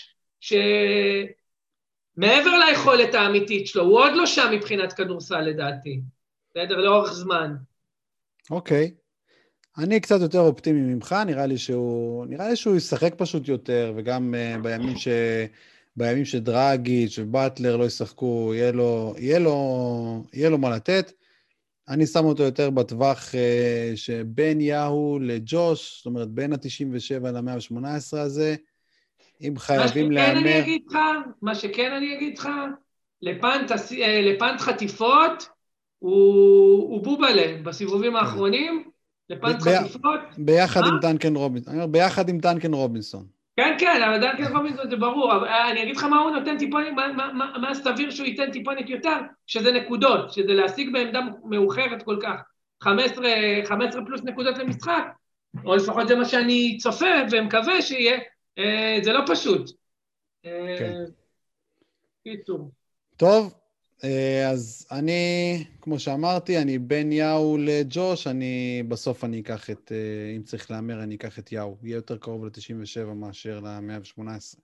שמעבר ליכולת האמיתית שלו, הוא עוד לא שם מבחינת כדורסל לדעתי, בסדר, לאורך זמן. אוקיי. אני קצת יותר אופטימי ממך, נראה לי שהוא ישחק פשוט יותר, וגם בימים שדרגיץ' ובטלר לא ישחקו, יהיה לו מה לתת. אני שם אותו יותר בטווח שבין יאהו לג'וש, זאת אומרת, בין ה-97 ל-118 הזה, אם חייבים להאמר... מה שכן אני אגיד לך, לפנט חטיפות, הוא בובלה בסיבובים האחרונים, לפנט חטיפות. ביחד עם דנקן רובינסון. אני אומר, ביחד עם דנקן רובינסון. כן, אבל דנקן רובינסון זה ברור, אבל אני אגיד לך מה הוא נותן טיפונת, מה סביר שהוא ייתן טיפונת יותר, שזה נקודות, שזה להשיג בעמדה מאוחרת כל כך, 15 פלוס נקודות למשחק, או לפחות זה מה שאני צופה ומקווה שיהיה, זה לא פשוט. קיצור. טוב, אז כמו שאמרתי, אני בין יאו לג'וש, בסוף אני אקח אם צריך לאמר, אני אקח את יאו, יהיה יותר קרוב ל-97 מאשר ל-118.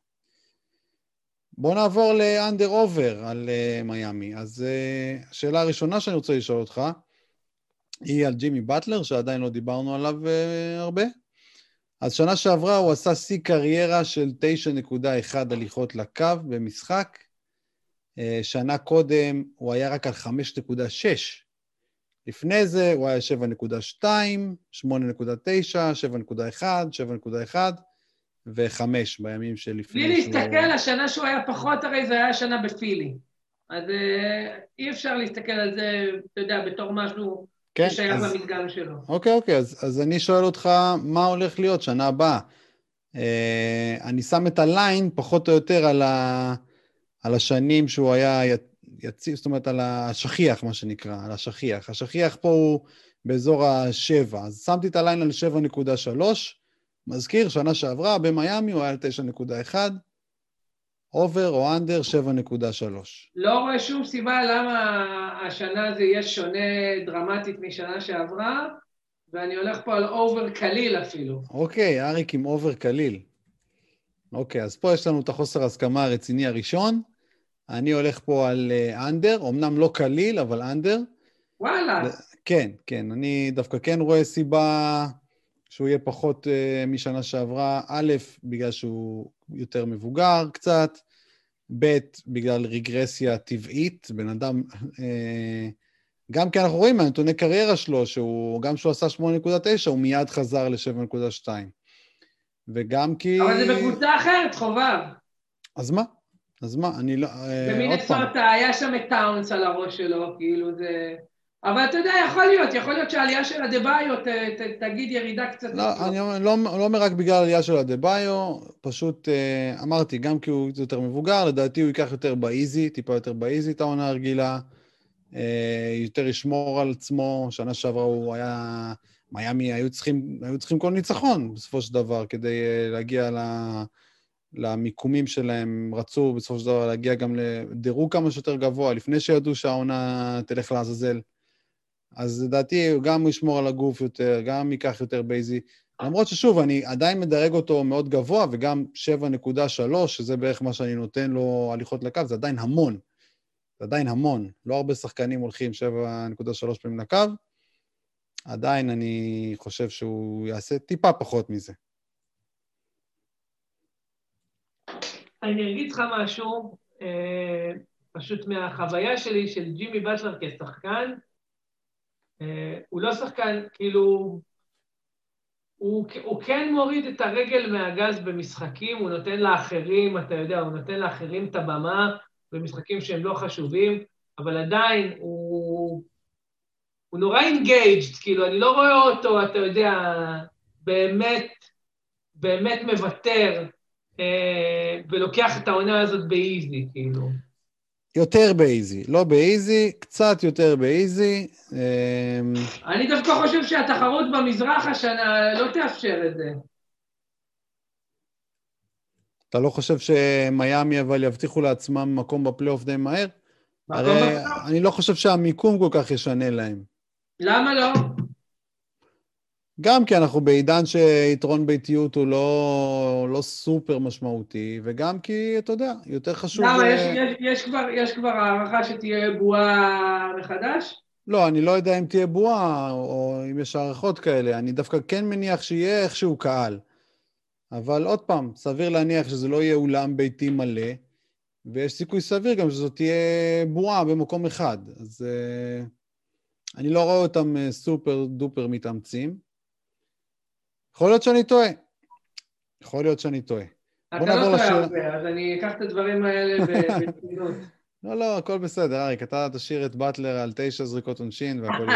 בואו נעבור לאנדר אובר על מיימי. אז השאלה הראשונה שאני רוצה לשאול אותך, היא על ג'ימי באטלר, שעדיין לא דיברנו עליו הרבה. אז שנה שעברה הוא עשה שיא קריירה של 9.1 הליכות לקו במשחק, שנה קודם הוא היה רק על 5.6, לפני זה הוא היה 7.2, 8.9, 7.1, 7.1 ו-5 בימים שלפני. בלי להסתכל, השנה שהוא היה פחות, הרי זה היה שנה בפילי. אז אי אפשר להסתכל על זה, אתה יודע, בתור משהו ששייך למדגם שלו. אוקיי, אז אני שואל אותך, מה הולך להיות שנה הבאה? אני שם את הליין פחות או יותר על השנים שהוא היה יציב, זאת אומרת על השכיח, מה שנקרא, על השכיח. השכיח פה הוא באזור ה-7, אז שמתי את הליין על 7.3, מזכיר, שנה שעברה במיימי הוא היה על 9.1, אובר או אנדר 7.3. לא רואה שום סיבה למה השנה זה יהיה שונה דרמטית משנה שעברה, ואני הולך פה על אובר קליל אפילו. אוקיי, אריק עם אובר קליל. אוקיי, אז פה יש לנו את החוסר הסכמה הרציני הראשון, אני הולך פה על אנדר, אמנם לא קליל, אבל אנדר. וואלה. כן, כן, אני דווקא כן רואה סיבה שהוא יהיה פחות משנה שעברה, א', בגלל שהוא יותר מבוגר קצת, ב', בגלל רגרסיה טבעית, בן אדם, גם כי אנחנו רואים מהנתוני קריירה שלו, גם שהוא עשה 8.9, הוא מיד חזר ל-7.2. וגם כי... אבל זה בקבוצה אחרת, חובב. אז מה? אז מה? אני לא... עוד פעם. במינסוטה, היה שם את טאונס על הראש שלו, כאילו זה... אבל אתה יודע, יכול להיות שהעלייה של הדבאיו תגיד ירידה קצת... לא, אני לא אומר רק בגלל העלייה של הדבאיו, פשוט אמרתי, גם כי הוא יותר מבוגר, לדעתי הוא ייקח יותר באיזי, טיפה יותר באיזי את העונה הרגילה, יותר ישמור על עצמו, שנה שעברה הוא היה... מיאמי היו צריכים כל ניצחון בסופו של דבר, כדי להגיע למיקומים שלהם, רצו בסופו של דבר להגיע גם לדירוג כמה שיותר גבוה, לפני שידעו שהעונה תלך לעזאזל. אז לדעתי גם הוא ישמור על הגוף יותר, גם ייקח יותר בייזי, למרות ששוב, אני עדיין מדרג אותו מאוד גבוה, וגם 7.3, שזה בערך מה שאני נותן לו הליכות לקו, זה עדיין המון. זה עדיין המון. לא הרבה שחקנים הולכים 7.3 פעמים לקו, עדיין אני חושב שהוא יעשה טיפה פחות מזה. אני אגיד לך משהו, פשוט מהחוויה שלי של ג'ימי באטלר כשחקן, הוא לא שחקן, כאילו, הוא כן מוריד את הרגל מהגז במשחקים, הוא נותן לאחרים, אתה יודע, הוא נותן לאחרים את הבמה במשחקים שהם לא חשובים, אבל עדיין הוא נורא engaged, כאילו, אני לא רואה אותו, אתה יודע, באמת מוותר, ולוקח את העונה הזאת באיזי, כאילו. יותר באיזי, לא באיזי, קצת יותר באיזי. אני דווקא חושב שהתחרות במזרח השנה לא תאפשר את זה. אתה לא חושב שמיימי אבל יבטיחו לעצמם מקום בפלייאוף די מהר? הרי אני לא חושב שהמיקום כל כך ישנה להם. למה לא? גם כי אנחנו בעידן שיתרון ביתיות הוא לא סופר משמעותי, וגם כי, אתה יודע, יותר חשוב... למה? יש כבר הערכה שתהיה בועה מחדש? לא, אני לא יודע אם תהיה בועה, או אם יש הערכות כאלה. אני דווקא כן מניח שיהיה איכשהו קהל. אבל עוד פעם, סביר להניח שזה לא יהיה אולם ביתי מלא, ויש סיכוי סביר גם שזאת תהיה בועה במקום אחד. אז אני לא רואה אותם סופר דופר מתאמצים. יכול להיות שאני טועה. אתה לא טועה הרבה, אז אני אקח את הדברים האלה ברצינות. לא, הכל בסדר, אריק, אתה תשאיר את באטלר על 9 זריקות עונשין, והכל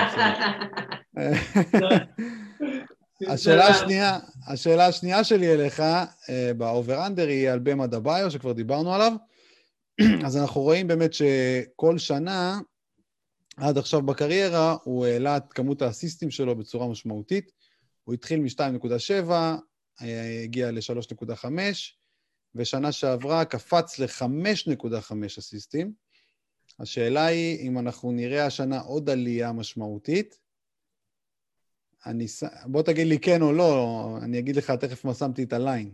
בסדר. השאלה השנייה שלי אליך, באובר-אנדר, היא על בם אדבאיו, שכבר דיברנו עליו. אז אנחנו רואים באמת שכל שנה, עד עכשיו בקריירה, הוא העלה את כמות האסיסטים שלו בצורה משמעותית. הוא התחיל מ-2.7, הגיע ל-3.5, ושנה שעברה קפץ ל-5.5 אסיסטים. השאלה היא, אם אנחנו נראה השנה עוד עלייה משמעותית, בוא תגיד לי כן או לא, אני אגיד לך תכף מה שמתי את הליין.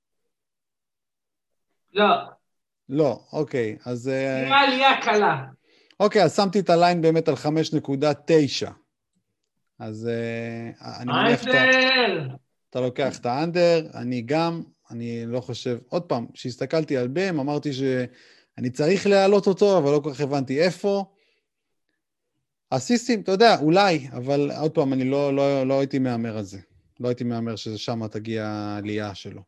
לא. לא, אוקיי, אז... נראה עלייה קלה. אוקיי, אז שמתי את הליין באמת על 5.9. אז אני מניח אתה לוקח את האנדר, אני לא חושב, עוד פעם, כשהסתכלתי על בם, אמרתי שאני צריך להעלות אותו, אבל לא כל כך הבנתי איפה. אסיסטים, אתה יודע, אולי, אבל עוד פעם, אני לא הייתי מאמר על זה. לא הייתי מאמר ששם תגיע העלייה שלו.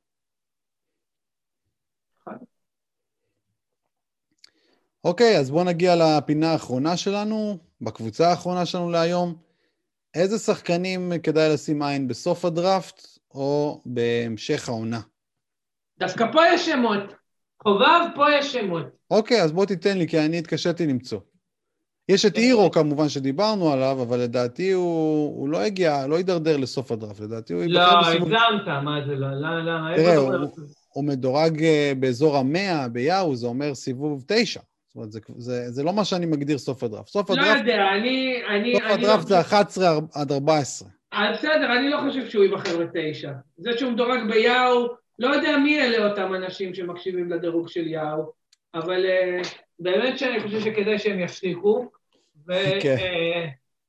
אוקיי, אז בואו נגיע לפינה האחרונה שלנו, בקבוצה האחרונה שלנו להיום. איזה שחקנים כדאי לשים עין בסוף הדראפט, או בהמשך העונה? דווקא פה יש שמות. חובב, פה יש שמות. אוקיי, אז בוא תיתן לי, כי אני התקשיתי למצוא. יש את אירו כמובן שדיברנו עליו, אבל לדעתי הוא לא הגיע, לא יידרדר לסוף הדראפט, לדעתי הוא ייבחר בסיבוב... לא, הגזמת, מה זה לא? למה? תראה, הוא מדורג באזור ה-100 ביהו, זה אומר סיבוב 9. זאת אומרת, זה לא מה שאני מגדיר סוף הדראפט. סוף הדראפט זה 11 עד 14. בסדר, אני לא חושב שהוא ייבחר ב9. זה שהוא מדורג ביהו, לא יודע מי אלה אותם אנשים שמקשיבים לדירוג של יהו, אבל באמת שאני חושב שכדאי שהם יפסיקו,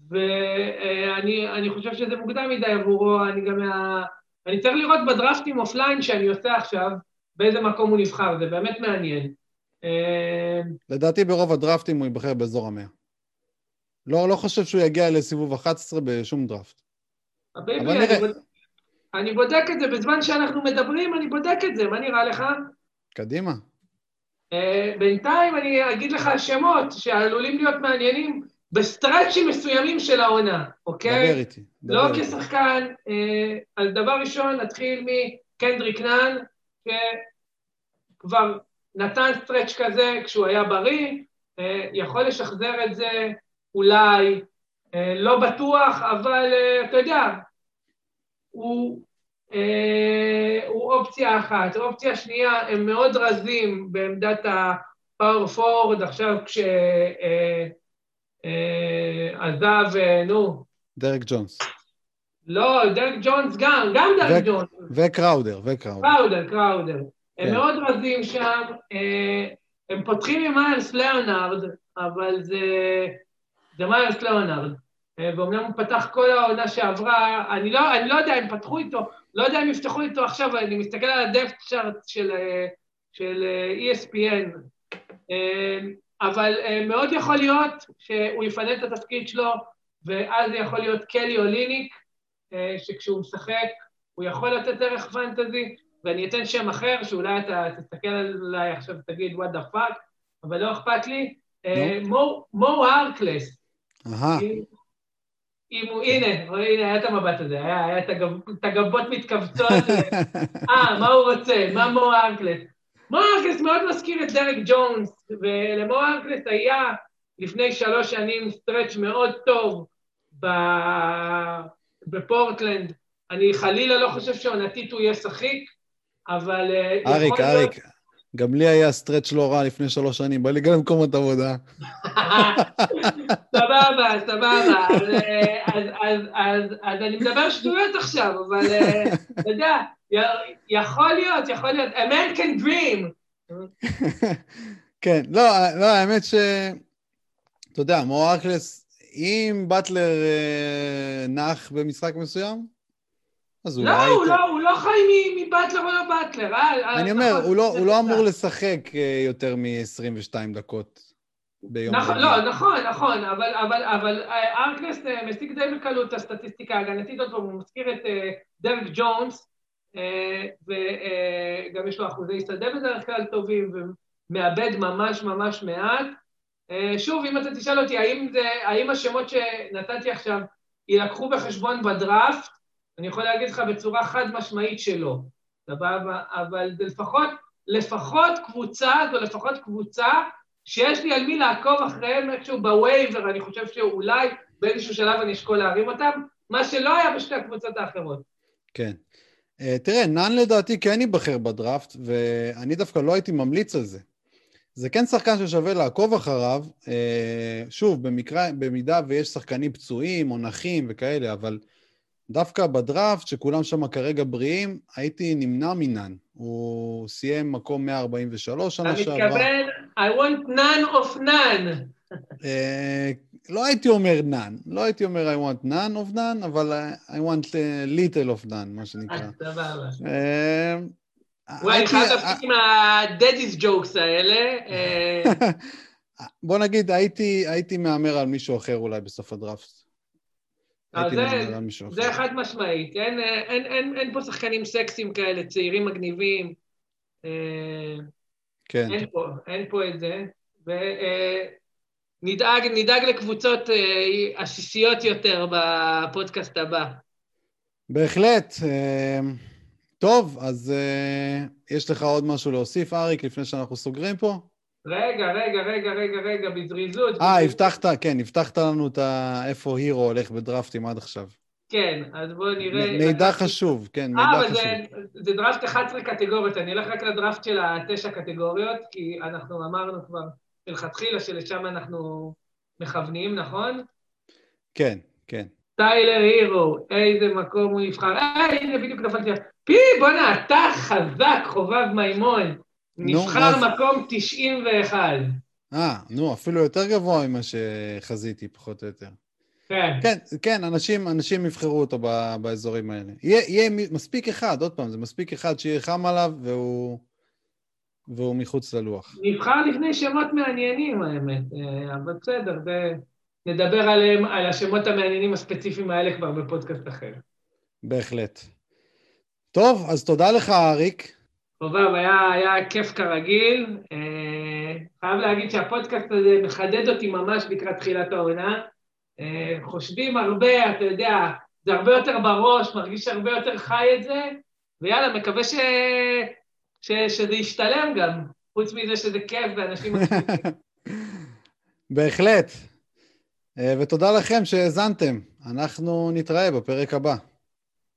ואני חושב שזה מוקדם מדי עבורו, אני צריך לראות בדרפטים אופליין שאני עושה עכשיו, באיזה מקום הוא נבחר, זה באמת מעניין. לדעתי ברוב הדרפטים הוא ייבחר באזור המאה. לא חושב שהוא יגיע לסיבוב 11 בשום דרפט. אבל נראה. אני בודק את זה, בזמן שאנחנו מדברים, אני בודק את זה, מה נראה לך? קדימה. בינתיים אני אגיד לך שמות שעלולים להיות מעניינים בסטרצ'ים מסוימים של העונה, אוקיי? דבר איתי. לא כשחקן, אז דבר ראשון נתחיל מקנדריק נאן, שכבר נתן סטרץ' כזה כשהוא היה בריא, יכול לשחזר את זה אולי, לא בטוח, אבל אתה יודע, הוא אופציה אחת. אופציה שנייה, הם מאוד רזים בעמדת הפאור פורד, עכשיו כשעזב, דרק ג'ונס. לא, דרק ג'ונס גם דרק ג'ונס. וקראודר. קראודר. הם מאוד רזים שם, הם פותחים עם מיילס ליאונרד, אבל זה מיילס ליאונרד. ואומנם הוא פתח כל העונה שעברה, אני לא יודע אם פתחו איתו, לא יודע אם יפתחו איתו עכשיו, אני מסתכל על הדפט צ'ארט של ESPN, אבל מאוד יכול להיות שהוא יפנה את התפקיד שלו, ואז זה יכול להיות קלי אוליניק, שכשהוא משחק, הוא יכול לתת ערך פנטזי, ואני אתן שם אחר, שאולי אתה תסתכל עליי עכשיו ותגיד, what the fuck, אבל לא אכפת לי, מו הרקלס. הנה, היה את המבט הזה, היה את הגבות מתכווצות, מה הוא רוצה, מה מו הרקלס? מו הרקלס מאוד מזכיר את דרק ג'ונס, ולמו הרקלס היה לפני 3 שנים סטרץ' מאוד טוב בפורטלנד, אני חלילה לא חושב שעונתית הוא יהיה שחיק, אבל... אריק, גם לי היה סטרץ' לא רע לפני 3 שנים, בליגה למקומות עבודה. סבבה, אז אני מדבר שטויות עכשיו, אבל אתה יודע, יכול להיות, a man can dream. כן, לא, האמת ש... אתה יודע, מו הרקלס, אם באטלר נח במשחק מסוים, אז אולי... הוא לא חי מבאטלר או לא באטלר. אני אומר, הוא לא אמור לשחק יותר מ-22 דקות ביום רגיל. נכון, אבל הרקלס משיג די בקלות את הסטטיסטיקה ההגנתית, הוא מזכיר את דרק ג'ונס, וגם יש לו אחוזי שדה בדרך כלל טובים, ומאבד ממש ממש מעט. שוב, אם אתה תשאל אותי, האם השמות שנתתי עכשיו ילקחו בחשבון בדראפט, אני יכול להגיד לך בצורה חד משמעית שלא, אבל זה לפחות קבוצה, זו לפחות קבוצה שיש לי על מי לעקוב אחריהם איכשהו בווייבר, אני חושב שאולי באיזשהו שלב אני אשקול להרים אותם, מה שלא היה בשתי הקבוצות האחרות. כן. תראה, נאן לדעתי כן ייבחר בדראפט, ואני דווקא לא הייתי ממליץ על זה. זה כן שחקן ששווה לעקוב אחריו, שוב, במידה ויש שחקנים פצועים או נחים וכאלה, אבל דווקא בדראפט, שכולם שם כרגע בריאים, הייתי נמנע מנאן. הוא סיים מקום 143 שנה שעברה. אני מתכוון, I want none of none. לא הייתי אומר נאן, לא הייתי אומר I want none of none, אבל I want little of none, מה שנקרא. סבבה. וואי, אני חייב להפסיק עם ה-daddy's jokes האלה. בוא נגיד, הייתי מאמר על מישהו אחר אולי בסוף הדראפט. זה חד משמעית, אין פה שחקנים סקסיים כאלה, צעירים מגניבים, אין פה את זה, ונדאג לקבוצות עסיסיות יותר בפודקאסט הבא. בהחלט. טוב, אז יש לך עוד משהו להוסיף, אריק, לפני שאנחנו סוגרים פה? רגע, בזריזות. הבטחת לנו איפה הירו הולך בדרפטים עד עכשיו. כן, אז בואו נראה. מידע חשוב, כן, מידע חשוב. זה דרפט 11 קטגוריות, אני אלך רק לדרפט של 9 קטגוריות, כי אנחנו אמרנו כבר מלכתחילה שלשם אנחנו מכוונים, נכון? כן. טיילר הירו, איזה מקום הוא נבחר. הנה, בדיוק נפלתי. בוא'נה, אתה חזק, חובב מימון. נבחר מקום 91. אפילו יותר גבוה ממה שחזיתי, פחות או יותר. כן. כן, כן, אנשים יבחרו אותו באזורים האלה. יהיה מספיק אחד, עוד פעם, זה מספיק אחד שיהיה חם עליו, והוא מחוץ ללוח. נבחר לפני שמות מעניינים, האמת, אבל בסדר, נדבר עליהם, על השמות המעניינים הספציפיים האלה כבר בפודקאסט אחר. בהחלט. טוב, אז תודה לך, אריק. חובב, היה כיף כרגיל. חייב להגיד שהפודקאסט הזה מחדד אותי ממש לקראת תחילת העונה. חושבים הרבה, אתה יודע, זה הרבה יותר בראש, מרגיש הרבה יותר חי את זה, ויאללה, מקווה שזה ישתלם גם, חוץ מזה שזה כיף ואנשים מקשיבים. בהחלט. ותודה לכם שהאזנתם. אנחנו נתראה בפרק הבא.